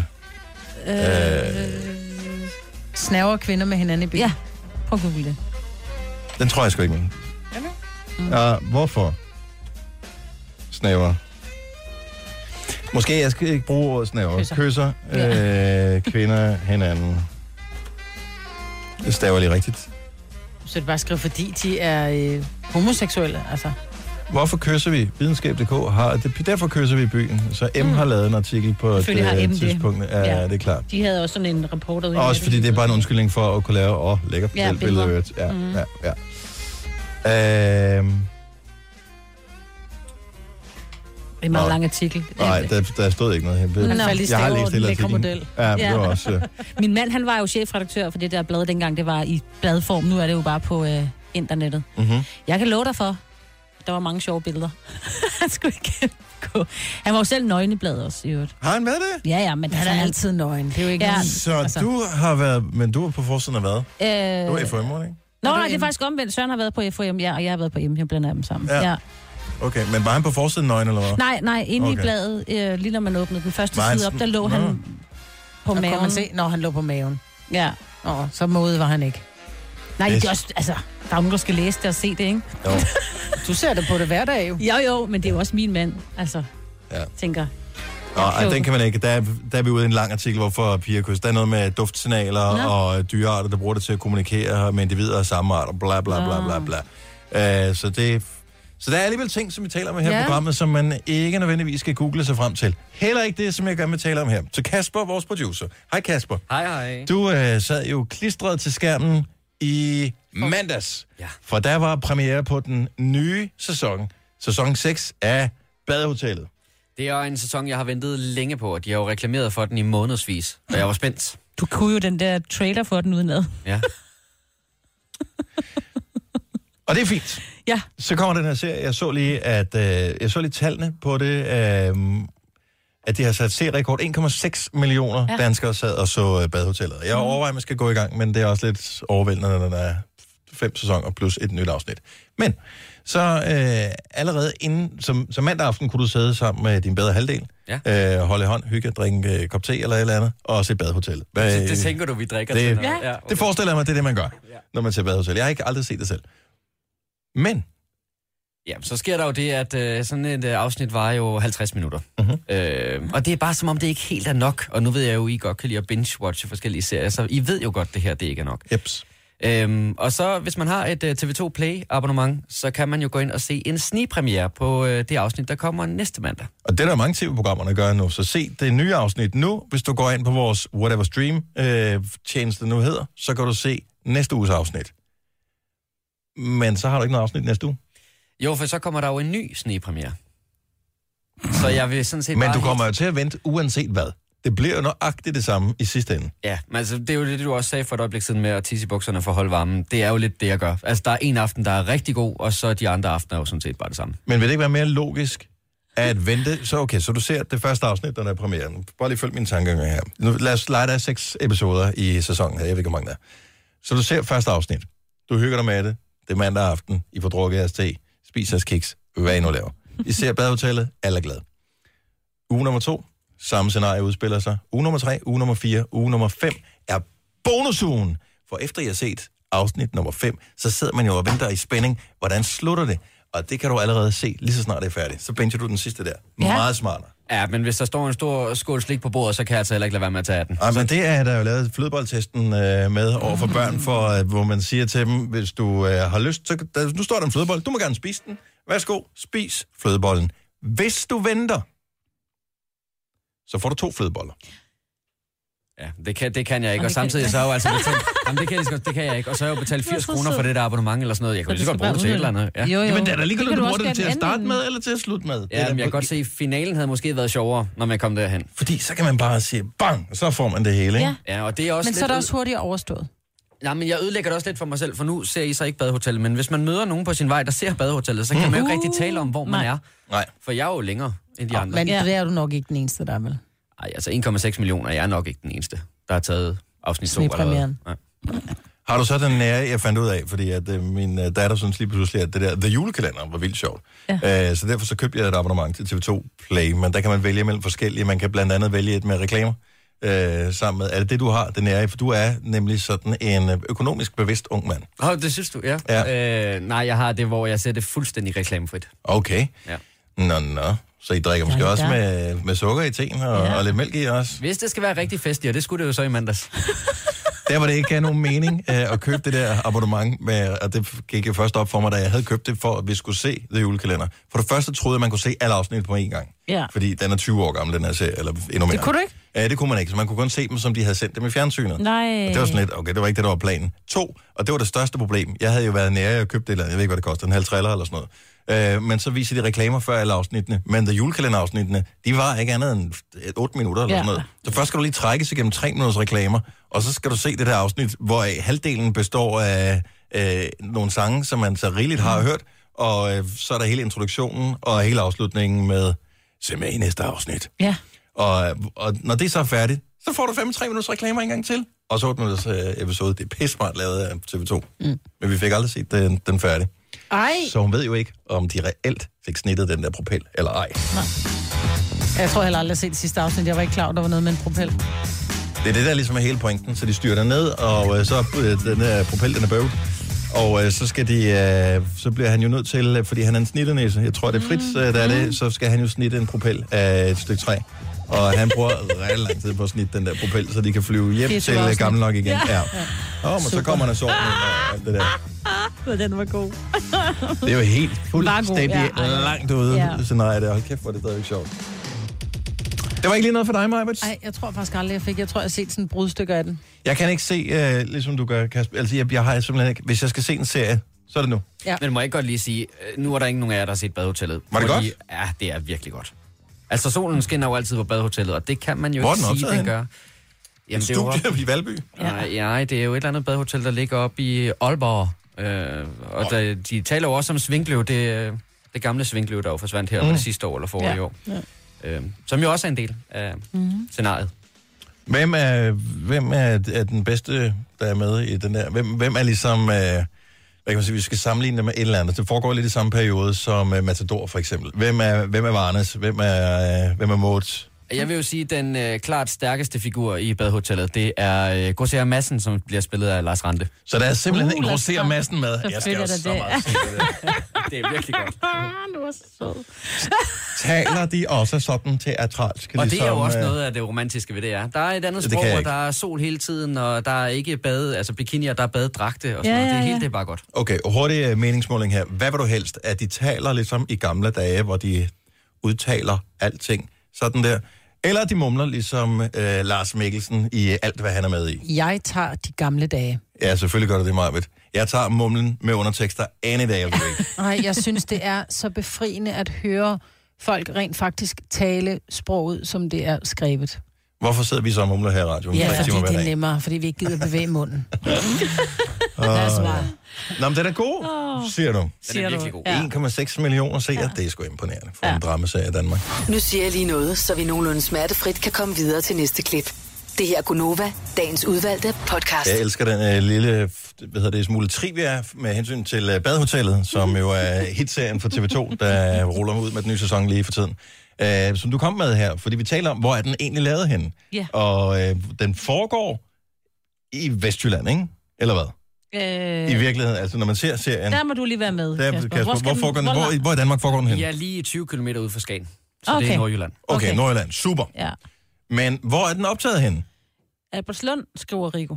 Snæver kvinder med hinanden i byen. Ja, prøv at google det. Den tror jeg sgu ikke, men... Ja, hvorfor? Snæver. Måske jeg skal ikke bruge ordet snæver. Kysser kvinder hinanden. Det staver lige rigtigt. Så det bare skrive, fordi de er homoseksuelle, altså. Hvorfor kysser vi? Videnskab.dk har... Derfor kysser vi i byen. Så M har lavet en artikel på et tidspunkt. Ja, det er klart. De havde også sådan en reporter ude. Også fordi det er bare en undskyldning for at kunne lave lækker billeder. Ja. Det er en meget lang artikel. Nej, der stod ikke noget her. Jeg har læst hele artiklen. Ja, det var også... Min mand, han var jo chefredaktør for det der blad dengang. Det var i bladform. Nu er det jo bare på internettet. Mm-hmm. Jeg kan love dig for, der var mange sjove billeder. Han skulle ikke gå. Han var jo selv nøgen i bladet også, i øvrigt. Har han med det? Ja, men han er altid nøgen. Det er jo ikke Så altså. Du har været... Men du var på forsiden af hvad? Du var FOM, ikke? Nej, det er faktisk omvendt. Søren har været på FOM, og jeg har været på M. Jeg blander dem sammen. Ja. Okay, men var han på forsiden nøgen, eller hvad? Nej, inde i bladet, lige når man åbnede den første side op, der lå han på maven. Kan man se, når han lå på maven. Ja. Så modig var han ikke. Nej, det er også, altså, der er nogen, der skal læse det og se det, ikke? Jo. Du ser det på det hver dag, jo. Jo, men det er jo også min mand, altså, tænker. Nå, den kan man ikke. Der er vi ude i en lang artikel, hvorfor piger kysser. Der er noget med duftsignaler og dyrearter, der bruger det til at kommunikere med individer af samme art, og bla bla bla bla bla. Så der er alligevel ting, som vi taler om her i programmet, som man ikke nødvendigvis skal google sig frem til. Heller ikke det, som jeg gerne vil tale om her. Så Kasper, vores producer. Hej Kasper. Hej. Du sad jo klistret til skærmen i mandags. Ja. For der var premiere på den nye sæson. Sæson 6 af Badehotellet. Det er en sæson, jeg har ventet længe på, og de har jo reklameret for den i månedsvis. Og jeg var spændt. Du kunne jo den der trailer for den udenad. Ja. Og det er fint. Ja. Så kommer den her serie. Jeg så lige tallene på det, at de har sat serierekord. 1,6 millioner danskere sad og så Badehotellet. Jeg overvejer, at man skal gå i gang, men det er også lidt overvældende, når der er 5 sæsoner plus et nyt afsnit. Men så allerede inden, som mandag aften, kunne du sidde sammen med din bedre halvdel, holde i hånd, hygge, drikke kop te eller et eller andet, og se Badehotellet. Det tænker du, vi drikker til noget? Ja, okay. Det forestiller jeg mig, det er det, man gør, når man ser Badehotellet. Jeg har ikke aldrig set det selv. Men... Ja, så sker der jo det, at sådan et afsnit varer jo 50 minutter. Uh-huh. Og det er bare som om, det ikke helt er nok. Og nu ved jeg jo, I godt kan lide at binge-watche forskellige serier, så I ved jo godt, det her det ikke er nok. Jeps. Og så, hvis man har et TV2 Play-abonnement, så kan man jo gå ind og se en snigpremiere på det afsnit, der kommer næste mandag. Og det er der mange TV-programmer, der gør nu. Så se det nye afsnit nu. Hvis du går ind på vores Whatever Stream-tjeneste nu hedder, så kan du se næste uges afsnit. Men så har du ikke noget afsnit næste uge. Jo, for så kommer der jo en ny snigpremiere. Så jeg vil sådan set men du kommer jo til at vente uanset hvad. Det bliver jo nøjagtigt det samme i sidste ende. Ja, men altså, det er jo det, du også sagde for et øjeblik siden med at tisse i bukserne for at holde varmen. Det er jo lidt det, jeg gør. Altså, der er en aften, der er rigtig god, og så de andre aftener er jo sådan set bare det samme. Men vil det ikke være mere logisk at vente? Så du ser det første afsnit, der er premieren. Bare lige følg mine tanker her. Nu, lad os lege, der er 6 episoder i sæsonen her. Jeg ved ikke, hvor mange der er. Så du ser første afsnit. Du hygger dig med det. Det er mandag aften. I får drukket jeres te. Spiser jeres kiks. Hvad I nu laver. I ser Badehotellet. Alle er glade. Uge nummer 2. Samme scenarie udspiller sig. Uge nummer 3, uge nummer 4, uge nummer 5 er bonusugen. For efter I har set afsnit nummer 5, så sidder man jo og venter i spænding. Hvordan slutter det? Og det kan du allerede se, lige så snart det er færdigt. Så binger du den sidste der. Meget smartere. Ja, men hvis der står en stor skål slik på bordet, så kan jeg altså heller ikke lade være med at tage den. Men det er der jo lavet flødeboldtesten med over for børn, hvor man siger til dem, hvis du har lyst, så nu står der en flødebold, du må gerne spise den. Værsgo, spis flødebollen. Hvis du venter, så får du 2 flødeboller. Ja, det kan jeg ikke, og samtidig så har jeg jo altså betalt... det kan jeg ikke, og så har jeg jo betalt 80 kroner for det der abonnement eller sådan noget. Jeg kan jo lige så godt bruge det til et eller andet. Ja. Jo. Jamen, det er da ligegyldigt, du bruger det til at starte med, eller til at slutte med. Ja, men jeg kan godt se, at finalen havde måske været sjovere, når man kom derhen. Fordi så kan man bare sige, bang, så får man det hele, ikke? Ja, og det er også men så er det også hurtigt overstået. Nej, men jeg ødelægger det også lidt for mig selv, for nu ser I så ikke badehotellet, men hvis man møder nogen på sin vej, der ser badehotellet, så kan man jo ikke rigtig tale om, hvor man er. Nej. For jeg er jo længere end de andre. Men det er du nok ikke den eneste, der er vel? Nej, altså 1,6 millioner, jeg er nok ikke den eneste, der har taget afsnit 2 allerede. Har du så den nære, jeg fandt ud af, fordi at min datter synes lige pludselig, at det der The Julekalender var vildt sjovt. Ja. Så derfor så købte jeg et abonnement til TV2 Play, men der kan man vælge mellem forskellige. Man kan blandt andet vælge et med reklamer sammen med. Er det du har, den nære? For du er nemlig sådan en økonomisk bevidst ung mand. Det synes du, ja. Nej, jeg har det, hvor jeg ser det fuldstændig reklamefrit. Okay. Ja. Nå. Så I drikker måske også med sukker i teen og lidt mælk i også? Hvis det skal være rigtig festligt, og det skulle det jo så i mandags. Der var det ikke gav nogen mening at købe det der abonnement, og det gik jo først op for mig, da jeg havde købt det, for at vi skulle se The Julekalender. For det første troede jeg, man kunne se alle afsnit på én gang. Ja. Fordi den er 20 år gammel, den her serie, eller endnu mere. Det kunne du ikke? Ja, det kunne man ikke, så man kunne kun se dem, som de havde sendt dem i fjernsynet. Nej. Og det var sådan lidt, okay, det var ikke det, der var planen. 2, og det var det største problem. Jeg havde jo været nære og købt det, eller jeg ved ikke, hvad det koster, en halv trailer eller sådan noget. Men så viser de reklamer før alle afsnittene. Men The Julekalender-afsnittene, de var ikke andet end 8 minutter eller sådan noget. Så først skal du lige trække sig gennem 3 minutters reklamer, og så skal du se det der afsnit, hvor halvdelen består af nogle sange, som man så rigeligt har hørt, og så er der hele introduktionen og hele afslutningen med se med i næste afsnit. Ja. Og når det så er færdigt, så får du 3 minutters reklamer en gang til, og så 8 minutters episode. Det er pissmart lavet af TV2. Men vi fik aldrig set den færdig. Ej. Så hun ved jo ikke, om de reelt fik snittet den der propel, eller ej. Nej. Jeg tror heller aldrig, at set det sidste afsnit. Jeg var ikke klar, der var noget med en propel. Det er det, der ligesom er hele pointen. Så de styrer ned, og så den der propel, den er bøvlet. Og så skal så bliver han jo nødt til, fordi han er en snitternæse, jeg tror det er Fritz, der er det, så skal han jo snitte en propel af et stykke træ. Og han bruger ret lang tid på at snitte den der propel, så de kan flyve hjem til gammel nok igen. Ja. Men så kommer han og sover og alt det der. Den var god. Det er jo helt fuldstændig langt ude scenarie der. Hold kæft, hvor det stadigvæk sjovt. Det var ikke lige noget for dig, Majbert? Nej, jeg tror faktisk aldrig, jeg fik. Jeg tror, jeg har set sådan et brudstykke af den. Jeg kan ikke se, ligesom du gør, Kasper. Altså, jeg har simpelthen ikke... Hvis jeg skal se en serie, så er det nu. Ja. Men må jeg ikke godt lige sige, nu er der ikke nogen af jer, der har set Badehotellet. Var det godt? Ja, det er virkelig godt. Altså, solen skinner jo altid på Badehotellet, og det kan man jo ikke sige, den gør. Jamen, det er jo i Valby? Nej, det er jo et eller andet badehotel, der ligger oppe i Aalborg. Og de taler jo også om Svinkløv, det gamle Svinkløv, der jo forsvandt her det sidste år eller forrige år. Ja. Som jo også er en del af scenariet. Hvem er den bedste, der er med i den der? Hvem er ligesom... hvad kan man sige, vi skal sammenligne det med et eller andet. Det foregår lidt i samme periode som Matador, for eksempel. Hvem er Varnes? Hvem er Moritz? Jeg vil jo sige, at den klart stærkeste figur i Badehotellet, det er Grosserer Madsen, som bliver spillet af Lars Rante. Så der er simpelthen en Grosserer Madsen med. Jeg skal også så meget se det. Det er virkelig godt. Du er så sød. Taler de også sådan teatralsk? Og det er jo også noget af det romantiske ved det, ja. Der er et andet sprog, hvor der er sol hele tiden, og der er ikke bikinier, der er badedragte og sådan noget. Det hele det er bare godt. Okay, hurtig meningsmåling her. Hvad vil du helst? At de taler ligesom i gamle dage, hvor de udtaler alting sådan der? Eller de mumler ligesom Lars Mikkelsen i alt, hvad han er med i? Jeg tager de gamle dage. Ja, selvfølgelig gør du det, Majbert. Jeg tager mumlen med undertekster any day of the week. Nej, jeg synes, det er så befriende at høre folk rent faktisk tale sproget, som det er skrevet. Hvorfor sidder vi så og mumler her i radioen? Ja, fordi det er nemmere, fordi vi ikke gider bevæge munden. Det er smart. Nå, men den er god, siger du. Den er virkelig god. 1,6 millioner seere, det er sgu imponerende for en dramaserie i Danmark. Nu siger jeg lige noget, så vi nogenlunde smertefrit kan komme videre til næste klip. Det her er Gunova, dagens udvalgte podcast. Jeg elsker den lille, smule trivia med hensyn til Badehotellet, som jo er hitserien for TV2, der ruller ud med den nye sæson lige for tiden. Som du kom med her, fordi vi taler om, hvor er den egentlig lavet henne. Yeah. Og den foregår i Vestjylland, ikke? Eller hvad? I virkeligheden, altså når man ser serien... Der må du lige være med, Kasper. Hvor i Danmark foregår den hen? Ja, lige 20 km ude for Skagen. Så det er Nordjylland. Okay, Nordjylland. Super. Ja. Men hvor er den optaget hen? Albertslund, skriver Rico.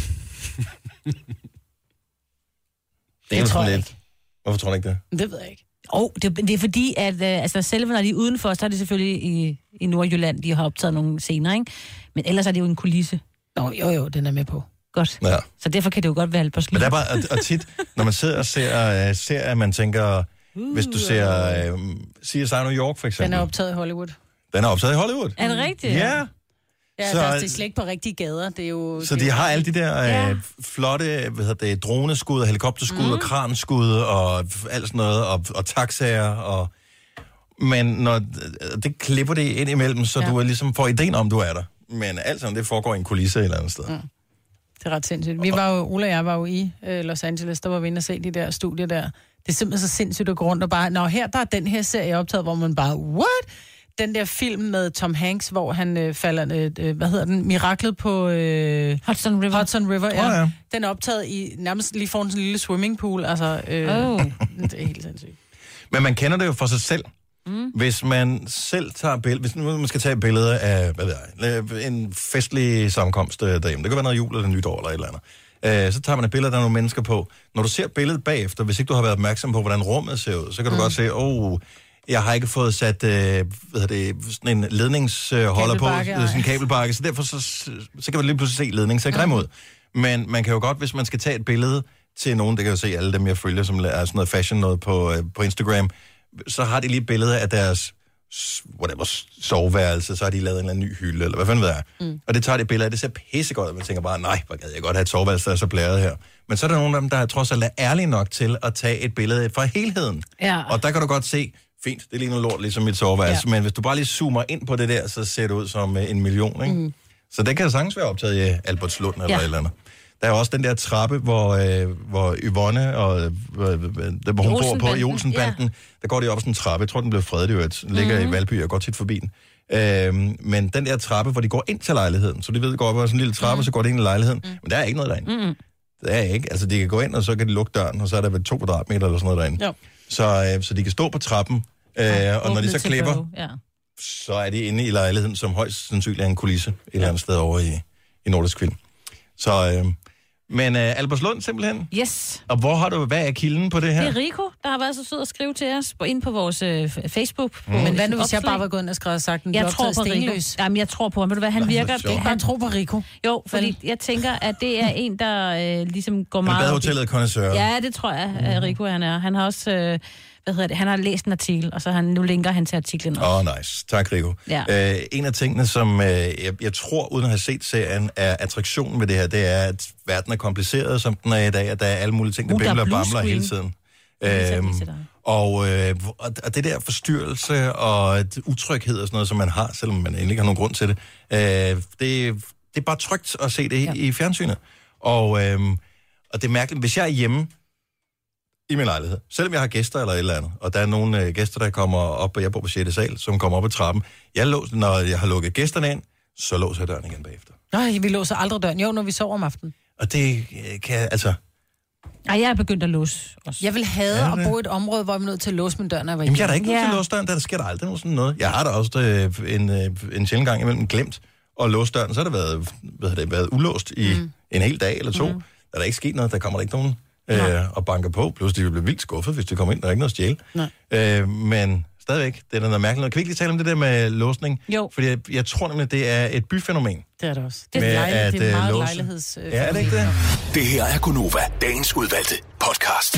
Det tror jeg ikke. Hvorfor tror du ikke det? Det ved jeg ikke. Det er fordi, at selve når de er udenfor, så er det selvfølgelig i Nordjylland, de har optaget nogle scener, ikke? Men ellers er det jo en kulisse. Jo, den er med på. Godt. Ja. Så derfor kan det jo godt være Albertslund. Men der er bare, og tit, når man sidder og ser at man tænker, hvis du ser CSI New York for eksempel. Den er optaget i Hollywood. Den er optaget i Hollywood? Er det rigtigt? Ja. Ja, så, der er slet ikke på rigtige gader. Det er jo, så de har alle de der flotte droneskud og helikopterskud og kranskud og alt sådan noget, og taxaer. Men når det klipper det ind imellem, så du ligesom får ideen om, du er der. Men alt sådan, det foregår i en kulisse et eller andet sted. Det er ret sindssygt. Ole og jeg var jo i Los Angeles, der var vi inde og se de der studier der. Det er simpelthen så sindssygt at gå rundt og bare, her der er den her serie optaget, hvor man bare, what? Den der film med Tom Hanks, hvor han falder, hvad hedder den? Miraklet på Hudson River, ja. Den er optaget i nærmest lige foran sådan en lille swimmingpool. Altså, det er helt sindssygt. Men man kender det jo for sig selv. Hvis man selv tager billeder, hvis man skal tage billeder af en festlig sammenkomst derhjemme, det kan være noget jul eller nytår eller et eller andet, så tager man et billede, der er nogle mennesker på. Når du ser billedet bagefter, hvis ikke du har været opmærksom på, hvordan rummet ser ud, så kan du godt se, jeg har ikke fået sat sådan en ledningsholder på, sådan en kabelbakke, så derfor så kan man lige pludselig se ledningen ser grim ud. Men man kan jo godt, hvis man skal tage et billede til nogen, det kan jo se alle dem, jeg følger, som er sådan noget fashion noget på Instagram, så har de lige billeder af deres soveværelse, så har de lavet en eller anden ny hylde, eller hvad fanden ved jeg. Og det tager det billede af, det ser pissegodt, og man tænker bare, nej, hvor gad jeg godt have et soveværelse, der er så blæret her. Men så er der nogle af dem, der er trods alt ærlige nok til at tage et billede fra helheden. Ja. Og der kan du godt se, fint, det ligner lort ligesom mit soveværelse, men hvis du bare lige zoomer ind på det der, så ser det ud som 1 million, ikke? Så det kan sagtens være optaget i Albertslund eller et eller andet. Der er også den der trappe, hvor Yvonne og hvor hun bor på i Olsenbanden, der går de op sådan en trappe. Jeg tror, den blev fredet jo, ligger i Valby, jeg går tit forbi den. Men den der trappe, hvor de går ind til lejligheden, så de ved, at går op ad sådan en lille trappe, så går de ind i lejligheden. Men der er ikke noget derinde. Det er ikke. Altså, de kan gå ind, og så kan de lukke døren, og så er der vel 2 kvadratmeter eller sådan noget derinde. Så de kan stå på trappen, og når de så klipper, så er de inde i lejligheden, som højst sandsynligt er en kulisse et eller andet sted over i Nordisk Film. Så, men Albertslund simpelthen? Yes. Og hvad er kilden på det her? Det er Rico, der har været så sød at skrive til os ind på vores Facebook. Men hvad nu, hvis jeg bare var gået ind og skrevet og sagt, jeg tror på Rico. Jamen, jeg tror på ham. Ved du hvad, han virker... Han tror på Rico. Jo, fordi jeg tænker, at det er en, der ligesom går meget... Han er badehotellet connoisseur. Ja, det tror jeg, Rico han er. Han har også... han har læst en artikel, og så nu linker han til artiklen også. Nice. Tak, Rico. Ja. En af tingene, som jeg tror, uden at have set serien, er attraktionen ved det her, det er, at verden er kompliceret, som den er i dag, at der er alle mulige ting, der bimler og bamler hele tiden. Og det der forstyrrelse og utryghed og sådan noget, som man har, selvom man egentlig ikke har nogen grund til det, det er bare trygt at se det i fjernsynet. Og det er mærkeligt, hvis jeg er hjemme i min lejlighed, selvom jeg har gæster eller et eller andet, og der er nogle gæster, der kommer op, og jeg bor på 6. sal, som kommer op ad trappen. Når jeg har lukket gæsterne ind, så låser jeg døren igen bagefter. Nej, vi låser aldrig døren. Jo, når vi sover om aftenen. Og det kan altså... Ej, jeg er begyndt at låse også. Jeg vil have at bo i et område, hvor jeg er nødt til at låse min dør, når jeg var Jamen, jeg er da ikke nødt til at låse døren, der sker der aldrig noget sådan noget. Jeg har da også en sjældent gang imellem glemt at låse døren, så har det været ulåst i en hel dag eller 2. Der er der ikke sket noget, der kommer der ikke nogen og banker på. Plus de vil blive vildt skuffet, hvis de kommer ind, der er ikke noget at stjæle. Men stadigvæk, det er noget mærkeligt. Kan vi ikke lige tale om det der med låsning? Jo. Fordi jeg tror nemlig, det er et byfænomen. Det er det også. Det er meget lejlighedsfænomen. Ja, er det ikke det? Det her er Gonova, dagens udvalgte podcast.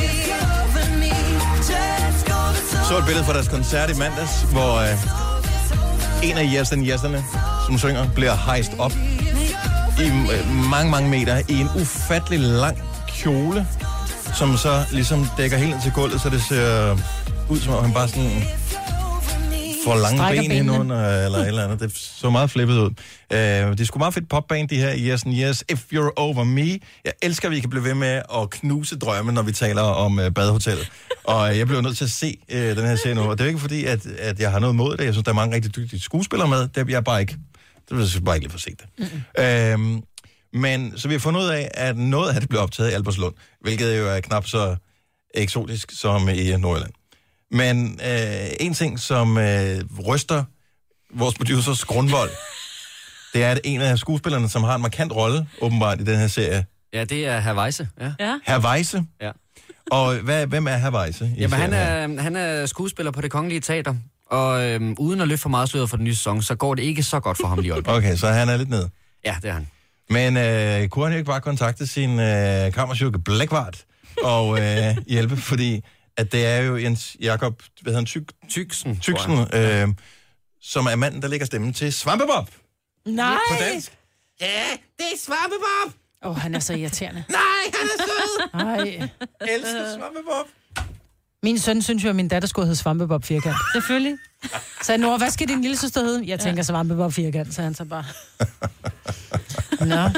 Så et billede fra deres koncert i mandags, hvor en af jæsterne, som synger, bliver hejst op i mange, mange meter i en ufattelig lang kjole, som så ligesom dækker helt ned til gulvet, så det ser ud som om han bare sådan får lange ben indenunder, eller et eller andet. Det så meget flippet ud. Det er sgu meget fedt popband, de her Yes and Yes, If You're Over Me. Jeg elsker, at vi kan blive ved med at knuse drømme, når vi taler om badehotellet. Og jeg bliver nødt til at se den her serie nu. Og det er ikke fordi, at jeg har noget imod det. Jeg synes, der er mange rigtig dygtige skuespillere med. Det er jeg bare ikke. Det vil jeg bare ikke lige få set det. Men så vi har fundet ud af, at noget af det blev optaget i Albertslund, hvilket jo er knap så eksotisk som i Nordjylland. Men en ting, som ryster vores producers grundvold, det er, at en af skuespillerne, som har en markant rolle, åbenbart, i den her serie. Ja, det er Hr. Weisse. Ja. Hr. Weisse? Ja. Og hvem er Hr. Weisse? Jamen, han er skuespiller på Det Kongelige Teater, og uden at løfte for meget sløret for den nye sæson, så går det ikke så godt for ham lige op. Okay, så han er lidt nede. Ja, det er han. Men kunne han ikke bare kontakte sin kammerchirurg Blækvart og hjælpe, fordi at det er jo Jens Jakob, hvad hedder han, Tyksen, som er manden, der lægger stemmen til Svampebob. Nej! På dansk. Ja, det er Svampebob! Han er så irriterende. Nej, han er sød! Nej. Elsker Svampebob. Min søn synes jo, at min datter skulle hedde Svampebob Firkant. Selvfølgelig. Så Nora, hvad skal din lille søster hedde? Jeg tænker Svampebob Firkant, så han så bare... Nå.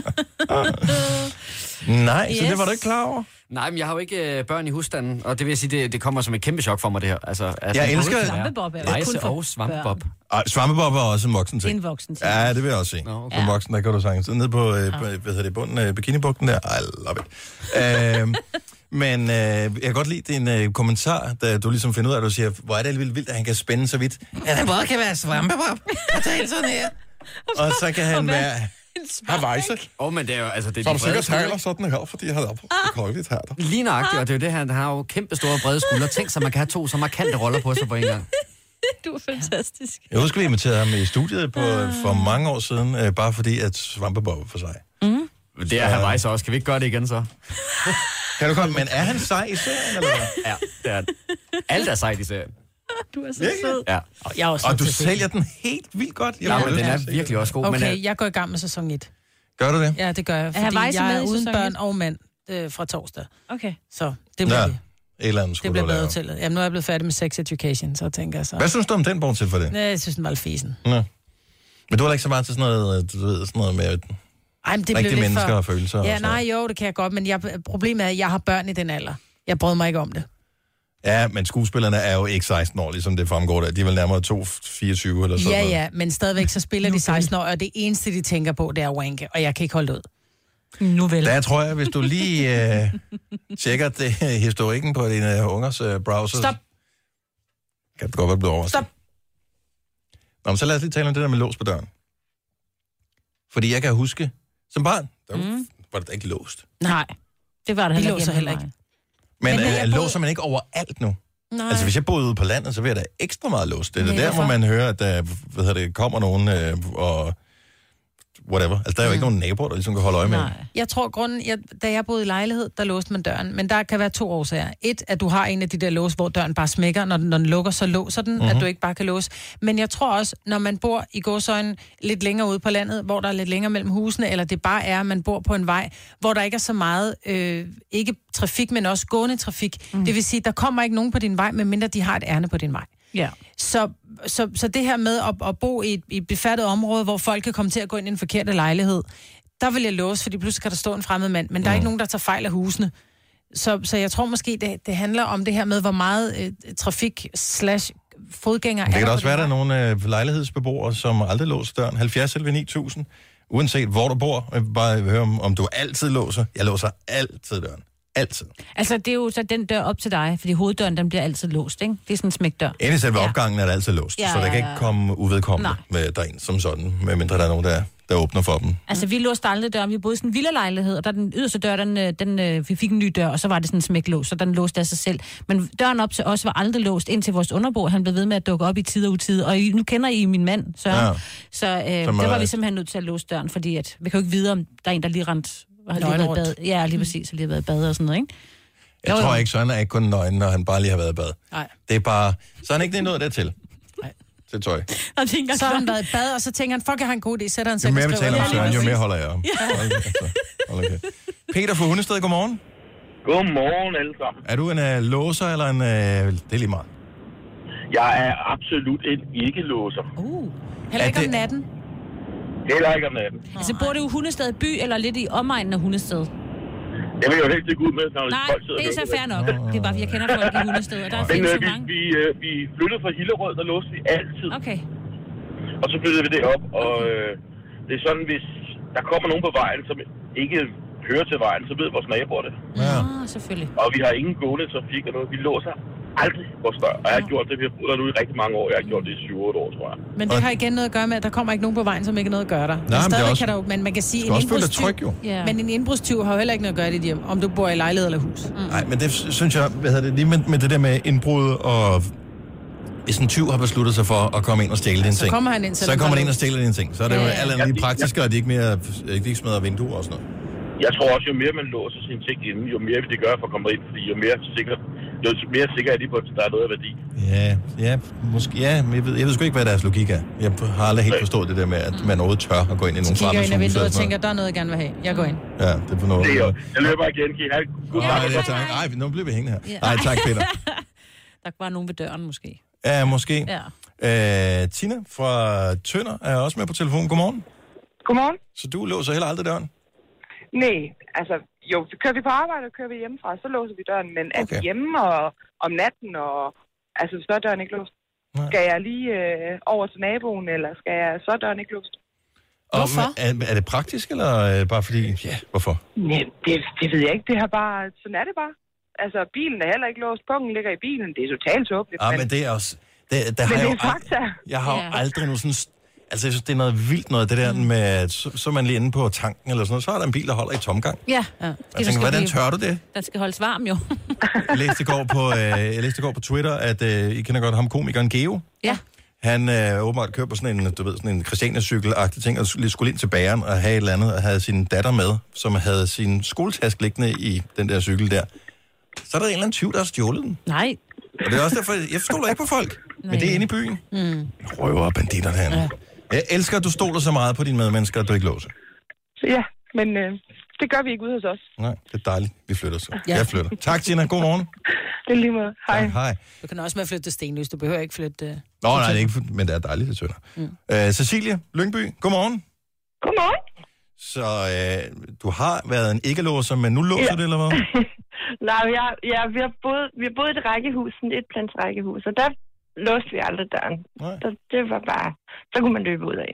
Nej, så det var du ikke klar over? Nej, men jeg har jo ikke børn i husstanden, og det vil sige, det kommer som et kæmpe chok for mig, det her. Altså, jeg elsker Svampebob. Weisse og Svampebob. Svampebob er også en voksen ting. En voksen ting. Ja, det vil jeg også sige. Okay. Som voksen, der kan du sagtens. Nede på, bunden af bikinibugten der. I love it. Men jeg kan godt lide din kommentar, da du ligesom finder ud af, at du siger, hvor er det alligevel vildt, at han kan spænde så vidt. Ja, han både kan være Svampebob. Jeg tager sådan her. Og så kan han være... Hr. Weisse. Men det er jo, altså, det er som sikkert taler sådan her, fordi han er på kongeligt her. Lige nøjagtigt, og det er jo det, han har jo kæmpe store brede skuldre. Tænk så, man kan have 2 så markante roller på sig på en gang. Du er fantastisk. Jeg husker, vi inviterede ham i studiet for mange år siden, bare fordi, at Svampebob for sig. Mm. Det er Hr. Weisse også. Kan vi ikke gøre det igen så? Kan du komme, men er han sej i serien, eller hvad? Ja, det er han. Alt er sejt i serien. Du er så sød. Ja. Og du sælger den helt vildt godt. Ja, men den er virkelig også god. Okay, jeg går i gang med sæson 1. Gør du det? Ja, det gør jeg, fordi jeg er uden børn og mand fra torsdag. Okay. Så det bliver et eller andet det bliver bedre til. Jamen, nu er jeg blevet færdig med Sex Education, så tænker jeg så... Hvad synes du om den bortset for det? Jeg synes, den var lidt fesen. Ja. Men du har ikke så meget til sådan noget, du ved, sådan noget med rigtige mennesker og følelser? Ja, nej, jo, det kan jeg godt, men problemet er, at jeg har børn i den alder. Jeg brød mig ikke om det. Ja, men skuespillerne er jo ikke 16 år, ligesom det fremgår der. De er vel nærmere 24 eller sådan noget. Ja, men stadigvæk så spiller de 16 år, og det eneste, de tænker på, det er wanke, og jeg kan ikke holde det ud. Nu vel. Der tror jeg, hvis du lige tjekker det, historikken på dine ungers browser... Stop! Kan det godt være blevet overrasket. Stop! Nå, men så lad os lige tale om det der med lås på døren. Fordi jeg kan huske, som barn, der var det ikke låst. Nej, det var det heller ikke. Men låser man ikke overalt nu? Nej. Altså, hvis jeg boede ude på landet, så vil jeg da ekstra meget låst. Det er der, hvor man hører, at der kommer nogen og whatever. Altså, der er jo ikke nogen naboer, der ligesom kan holde øje med. Jeg tror, da jeg boede i lejlighed, der låste man døren. Men der kan være 2 årsager. Et, at du har en af de der lås, hvor døren bare smækker. Når den lukker, så låser den, at du ikke bare kan låse. Men jeg tror også, når man bor i gåsøjne lidt længere ude på landet, hvor der er lidt længere mellem husene, eller det bare er, at man bor på en vej, hvor der ikke er så meget, ikke trafik, men også gående trafik. Det vil sige, der kommer ikke nogen på din vej, medmindre de har et ærne på din vej. Ja. Så det her med at bo i et befærdet område, hvor folk kan komme til at gå ind i en forkerte lejlighed, der vil jeg låse, fordi pludselig kan der stå en fremmed mand, men der er ikke nogen, der tager fejl af husene. Så jeg tror måske, det handler om det her med, hvor meget trafik/fodgænger er. Det kan også være, der er nogle lejlighedsbeboere, som aldrig låser døren. 70 eller 9000, uanset hvor du bor. Bare høre, om du altid låser. Jeg låser altid døren. Altid. Altså, det er jo så den dør op til dig, fordi hoveddøren, den bliver altid låst, ikke? Det er sådan en smækdør. Inde i selve opgangen er det altid låst, så der kan ikke komme uvedkommende med derind som sådan, medmindre der er nogen, der åbner for dem. Altså, vi låste aldrig døren. Vi boede i sådan en villalejlighed, og der den yderste dør, vi fik en ny dør, og så var det sådan en smæklås, så den låste af sig selv. Men døren op til os var aldrig låst, indtil vores underbo, han blev ved med at dukke op i tid og utid. Og nu kender I min mand, Søren. Så der var vi simpelthen nødt til at låse døren, fordi at, vi kan jo ikke vide, om der er en, der lige rent har lige været i bad. Ja, lige præcis, så lige har været i bad og sådan noget, ikke? Jeg tror ikke, Søren er ikke kun nøgen, når han bare lige har været i bad. Nej. Det er bare... Så er han ikke noget dertil. Nej. Det tror jeg. Så har han været i bad, og så tænker han, fuck, jeg har en god idé, sætter han sig Jo mere vi taler om Søren, jo mere holder jeg om. Okay. Peter fra Hundested, godmorgen. Godmorgen, alle sammen. Er du en låser, eller en... det er lige meget. Jeg er absolut en ikke-låser. Heller ikke om natten? Heller ikke om natten. Altså, bor du i Hundested by, eller lidt i omegnen af Hundested? Jeg vil jo helt ikke ud med, når folk sidder. Nej, det er så fair nok. Det er bare, jeg kender folk i Hundested, og der findes så mange. Vi flyttede fra Hillerød, der låste vi altid. Okay. Og så flyttede vi det op, og det er sådan, hvis der kommer nogen på vejen, som ikke kører til vejen, så ved vores naboer det. Ja, selvfølgelig. Og vi har ingen gående trafik og noget. Vi låser aldrig vores dør. Og jeg har gjort det, vi har boet der nu i rigtig mange år. Jeg har gjort det i 7-8 år, tror jeg. Men det har igen noget at gøre med, at der kommer ikke nogen på vejen, som ikke har noget at gøre der. Nej, men, også, kan der jo, men man kan sige, en indbrudstyv, tryk, jo. Yeah. Men en indbrudstyv har jo heller ikke noget at gøre i dit hjem, om du bor i lejlighed eller hus. Nej, men det synes jeg, lige med det der med indbrud og... Hvis en tyv har besluttet sig for at komme ind og stjæle dine ting, så kommer han ind og stjæler dine ting. Så er det jo alt andet lige praktisk, og det ikke smadrer vinduer og sådan noget. Jeg tror også, jo mere man låser sine ting inden, jo mere vil det gøre for at komme ind, fordi jo mere sikker er de på, at der er noget af værdi. Ja, måske, men jeg ved sgu ikke, hvad deres logik er. Jeg har aldrig helt forstået det der med, at man overhovedet tør at gå ind i nogle fremmede huse. Så kigger ind i vinduet og tænker, der er noget, jeg gerne vil have. Jeg går ind. Ja, det er for noget. Jeg løber igen, kan I have god tak. Nej, nu bliver vi hængende her. Nej, tak, Peter. Der var nogen ved døren, måske. Ja, måske. Ja. Tina fra Tønder er også med på telefonen. Godmorgen. Godmorgen. Så du låser heller aldrig døren? Nej, altså, jo, kører vi på arbejde og kører vi hjemmefra, så låser vi døren, men er vi hjemme og om natten, og altså, så er døren ikke låst. Nej. Skal jeg lige over til naboen, eller skal jeg, så er døren ikke låst. Hvorfor? Er det praktisk, eller bare fordi, hvorfor? Nej, det ved jeg ikke, det har bare, sådan er det bare. Altså, bilen er heller ikke låst, pungen ligger i bilen, det er totalt tåbeligt. Men det er også, men det er fakta. Jeg har jo aldrig nu sådan... Altså, jeg synes, det er noget vildt noget, det der med, så er man lige inde på tanken eller sådan noget, så er der en bil, der holder i tomgang. Ja. Jeg tænker, hvordan tør du det? Den skal holdes varm, jo. Jeg læste i går på Twitter, at I kender godt ham, komikeren Geo. Ja. Han åbenbart kører på sådan en Christiania-cykel-agtig ting, og skulle ind til bageren og have et eller andet, og havde sin datter med, som havde sin skoletaske liggende i den der cykel der. Så er der en eller anden tyv, der har stjålet den. Nej. Og det er også derfor, jeg stoler ikke på folk. Men det er inde i byen. Røver og banditter derinde. Ja. Jeg elsker, at du stoler så meget på dine medmennesker, at du ikke låser. Ja, men det gør vi ikke ude hos os. Nej, det er dejligt. Vi flytter så. Ja. Jeg flytter. Tak, Tina. God morgen. Det er lige måde. Hej. Ja, hej. Du kan også med at flytte til Stenløs. Du behøver ikke flytte... nej, det er ikke, men det er dejligt, det Tønder. Cecilie Lyngby, godmorgen. Godmorgen. Så du har været en ikke-låser, men nu låser det, eller hvad? Nej, vi har boet i et rækkehus, sådan et plans rækkehus, og der låste vi aldrig døren. Det var bare, så kunne man løbe ud af.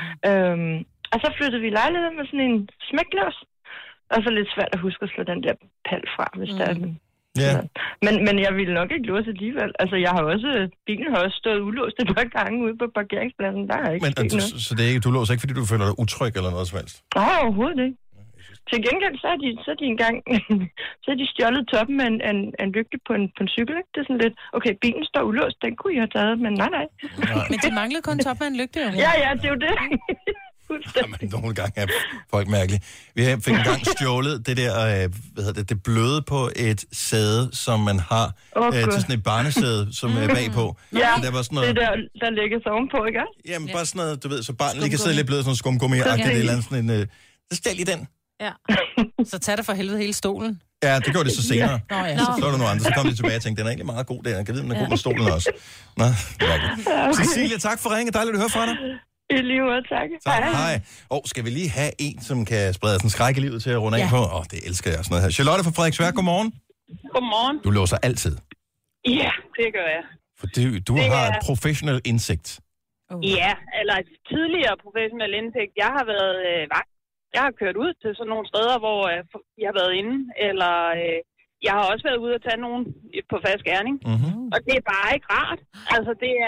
Og så flyttede vi lejlighed med sådan en smæklås, og så lidt svært at huske at slå den der pal fra, hvis der er den. Yeah. Men jeg ville nok ikke låse alligevel. Altså, bilen har også stået ulåst et par gange ude på parkeringspladsen. Der er ikke sket noget. Så det er ikke, du låser ikke, fordi du føler dig utryg eller noget som helst? Nej, overhovedet ikke. Til gengæld, så er de engang, så er de stjålet toppen af en lygte på en cykel, ikke? Det er sådan lidt, okay, bilen står ulåst, den kunne I have taget, men nej. Men de manglede kun toppen af en lygte, jo. Ja, det er jo det. Jamen, nogle gange er folk mærkelige. Vi fik engang stjålet det der, det bløde på et sæde, som man har til sådan et barnesæde, som er bagpå. Ja, der var sådan noget, det der ligger så ovenpå, ikke? Jamen, bare sådan noget, du ved, så barnet lige kan sidde lidt blød, sådan noget skumgummi-agtigt, eller andet sådan en... Så stjæl i den. Ja. Så tag det for helvede hele stolen. Ja, det gjorde det så senere. Ja. Så var der nogle andre, så kom de tilbage og tænkte, den er egentlig meget god der. Jeg kan vide, den er god med stolen også. Nå, okay. Cecilia, tak for ringe. Dejligt at høre fra dig. I lige måde, tak. Hej. Skal vi lige have en, som kan sprede sådan skræk i livet til at runde af på? Det elsker jeg sådan noget her. Charlotte fra Frederiksværk, godmorgen. Godmorgen. Du låser altid. Ja, det gør jeg. For du har et professionel indsigt. Ja, eller tidligere professionel indsigt. Jeg har været vagt. Jeg har kørt ud til sådan nogle steder, hvor jeg har været inde, eller jeg har også været ude og tage nogen på fast gerning. Og det er bare ikke rart. Altså,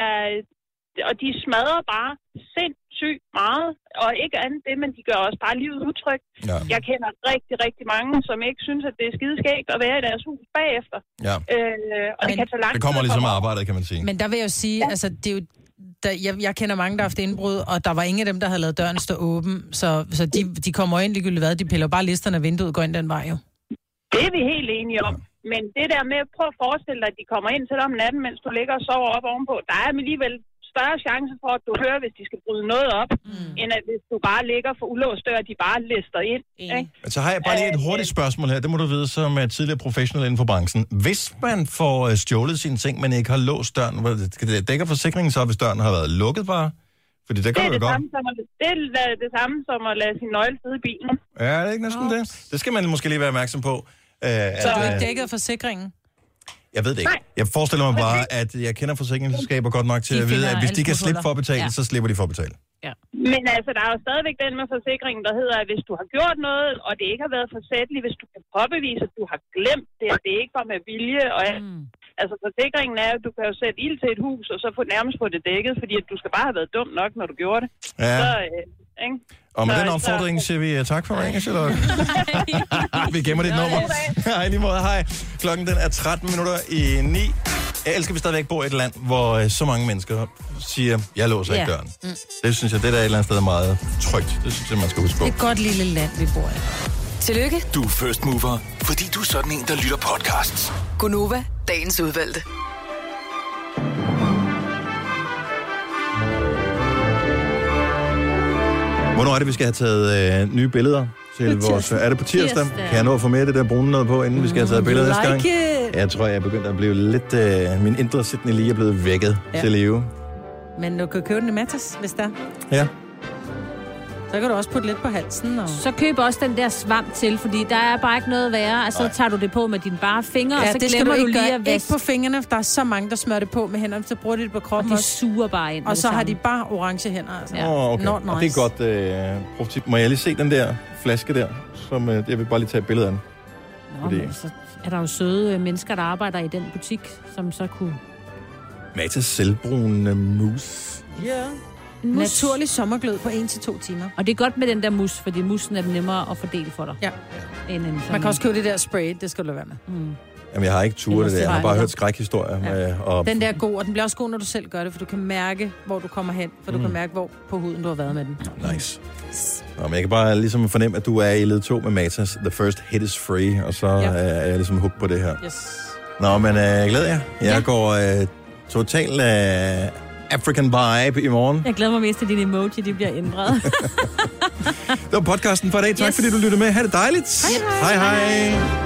og de smadrer bare sindssygt meget, og ikke andet det, men de gør også bare livet utrygt. Ja. Jeg kender rigtig, rigtig mange, som ikke synes, at det er skideskægt at være i deres hus bagefter. Ja. Og det kan tage lang tid. Det kommer ligesom af arbejdet, kan man sige. Men der vil jeg jo sige, altså, det er jo jeg kender mange, der har haft indbrud, og der var ingen af dem, der havde lavet døren stå åben, så de kommer ind ligegyldigt hvad, de piller bare listerne af vinduet, går ind den vej jo. Det er vi helt enige om. Men det der med at prøve at forestille dig, at de kommer ind til dig om natten, mens du ligger og sover op ovenpå, der er alligevel større chance for, at du hører, hvis de skal bryde noget op, end at hvis du bare ligger for ulåst dør, de bare lister ind. Ikke? Så har jeg bare lige et hurtigt spørgsmål her. Det må du vide som er tidligere professionel inden for branchen. Hvis man får stjålet sine ting, men ikke har låst døren, dækker forsikringen så, hvis døren har været lukket bare? Fordi det gør det godt. Det er det samme som at lade sin nøgle sidde i bilen. Ja, det er ikke næsten det. Det skal man måske lige være opmærksom på. Så er du ikke dækket af forsikringen? Jeg ved det ikke. Jeg forestiller mig bare, at jeg kender forsikringsselskaber godt nok til at vide, at hvis de kan slippe for at betale, så slipper de for at betale. Ja. Men altså, der er jo stadigvæk den med forsikringen, der hedder, at hvis du har gjort noget, og det ikke har været forsætligt, hvis du kan påbevise, at du har glemt det, at det ikke var med vilje. Og altså, forsikringen er, at du kan jo sætte ild til et hus, og så nærmest få det dækket, fordi at du skal bare have været dum nok, når du gjorde det. Ja. Så, ikke? Og med den opfordring siger vi tak for ringen, Charlotte. Vi gemmer dit nummer. Hej, lige måde. Hej. Klokken den er 9:13. Jeg elsker, at vi stadigvæk bor i et land, hvor så mange mennesker siger, jeg låser ikke døren. Det synes jeg, det der et eller andet sted er meget trygt. Det synes jeg, man skal huske på. Det er et godt lille land, vi bor i. Tillykke. Du er first mover, fordi du er sådan en, der lytter podcasts. Gunova, dagens udvalgte. Hvornår er det, vi skal have taget nye billeder til vores... Er det på tirsdag? Kan jeg nå at få mere det der brune noget på, inden vi skal have taget billeder næste gang? Jeg tror, jeg er begyndt at blive lidt... min indre Sydney lige er blevet vækket til live. Men du kan købe den i Matas, hvis der. Ja. Så kan du også putte lidt på halsen. Og... Så køb også den der svamp til, fordi der er bare ikke noget værre. Altså, så tager du det på med dine bare fingre, og så det glemmer du lige at vaske. Ikke på fingrene, for der er så mange, der smører det på med hænderne, så bruger de det på kroppen. Og de suger bare ind. Og så har de bare orange hænder. Altså. Okay. Not nice. Og det er godt profitip. Må jeg lige se den der flaske der? Som, jeg vil bare lige tage et billede af den. Fordi... så er der jo søde mennesker, der arbejder i den butik, som så kunne... Matas selvbrune mousse. Ja. Naturlig sommerglød på 1-2 timer. Og det er godt med den der mus, fordi mussen er nemmere at fordele for dig. Ja. Man kan også købe det der spray, det skal du lade være med. Jamen, jeg har ikke turet det der. Jeg har bare hørt skrækhistorier. Ja. Den der er god, og den bliver også god, når du selv gør det, for du kan mærke, hvor du kommer hen. For du kan mærke, hvor på huden du har været med den. Nice. Nå, men jeg kan bare ligesom fornemme, at du er i led 2 med Matas. The first hit is free, og så er jeg ligesom hooked på det her. Yes. Nå, men glæder jeg. Jeg går totalt African vibe i morgen. Jeg glæder mig mest til, at dine emoji de bliver ændret. Det var podcasten for i dag. Tak fordi du lyttede med. Ha' det dejligt. Hej hej. Hej hej.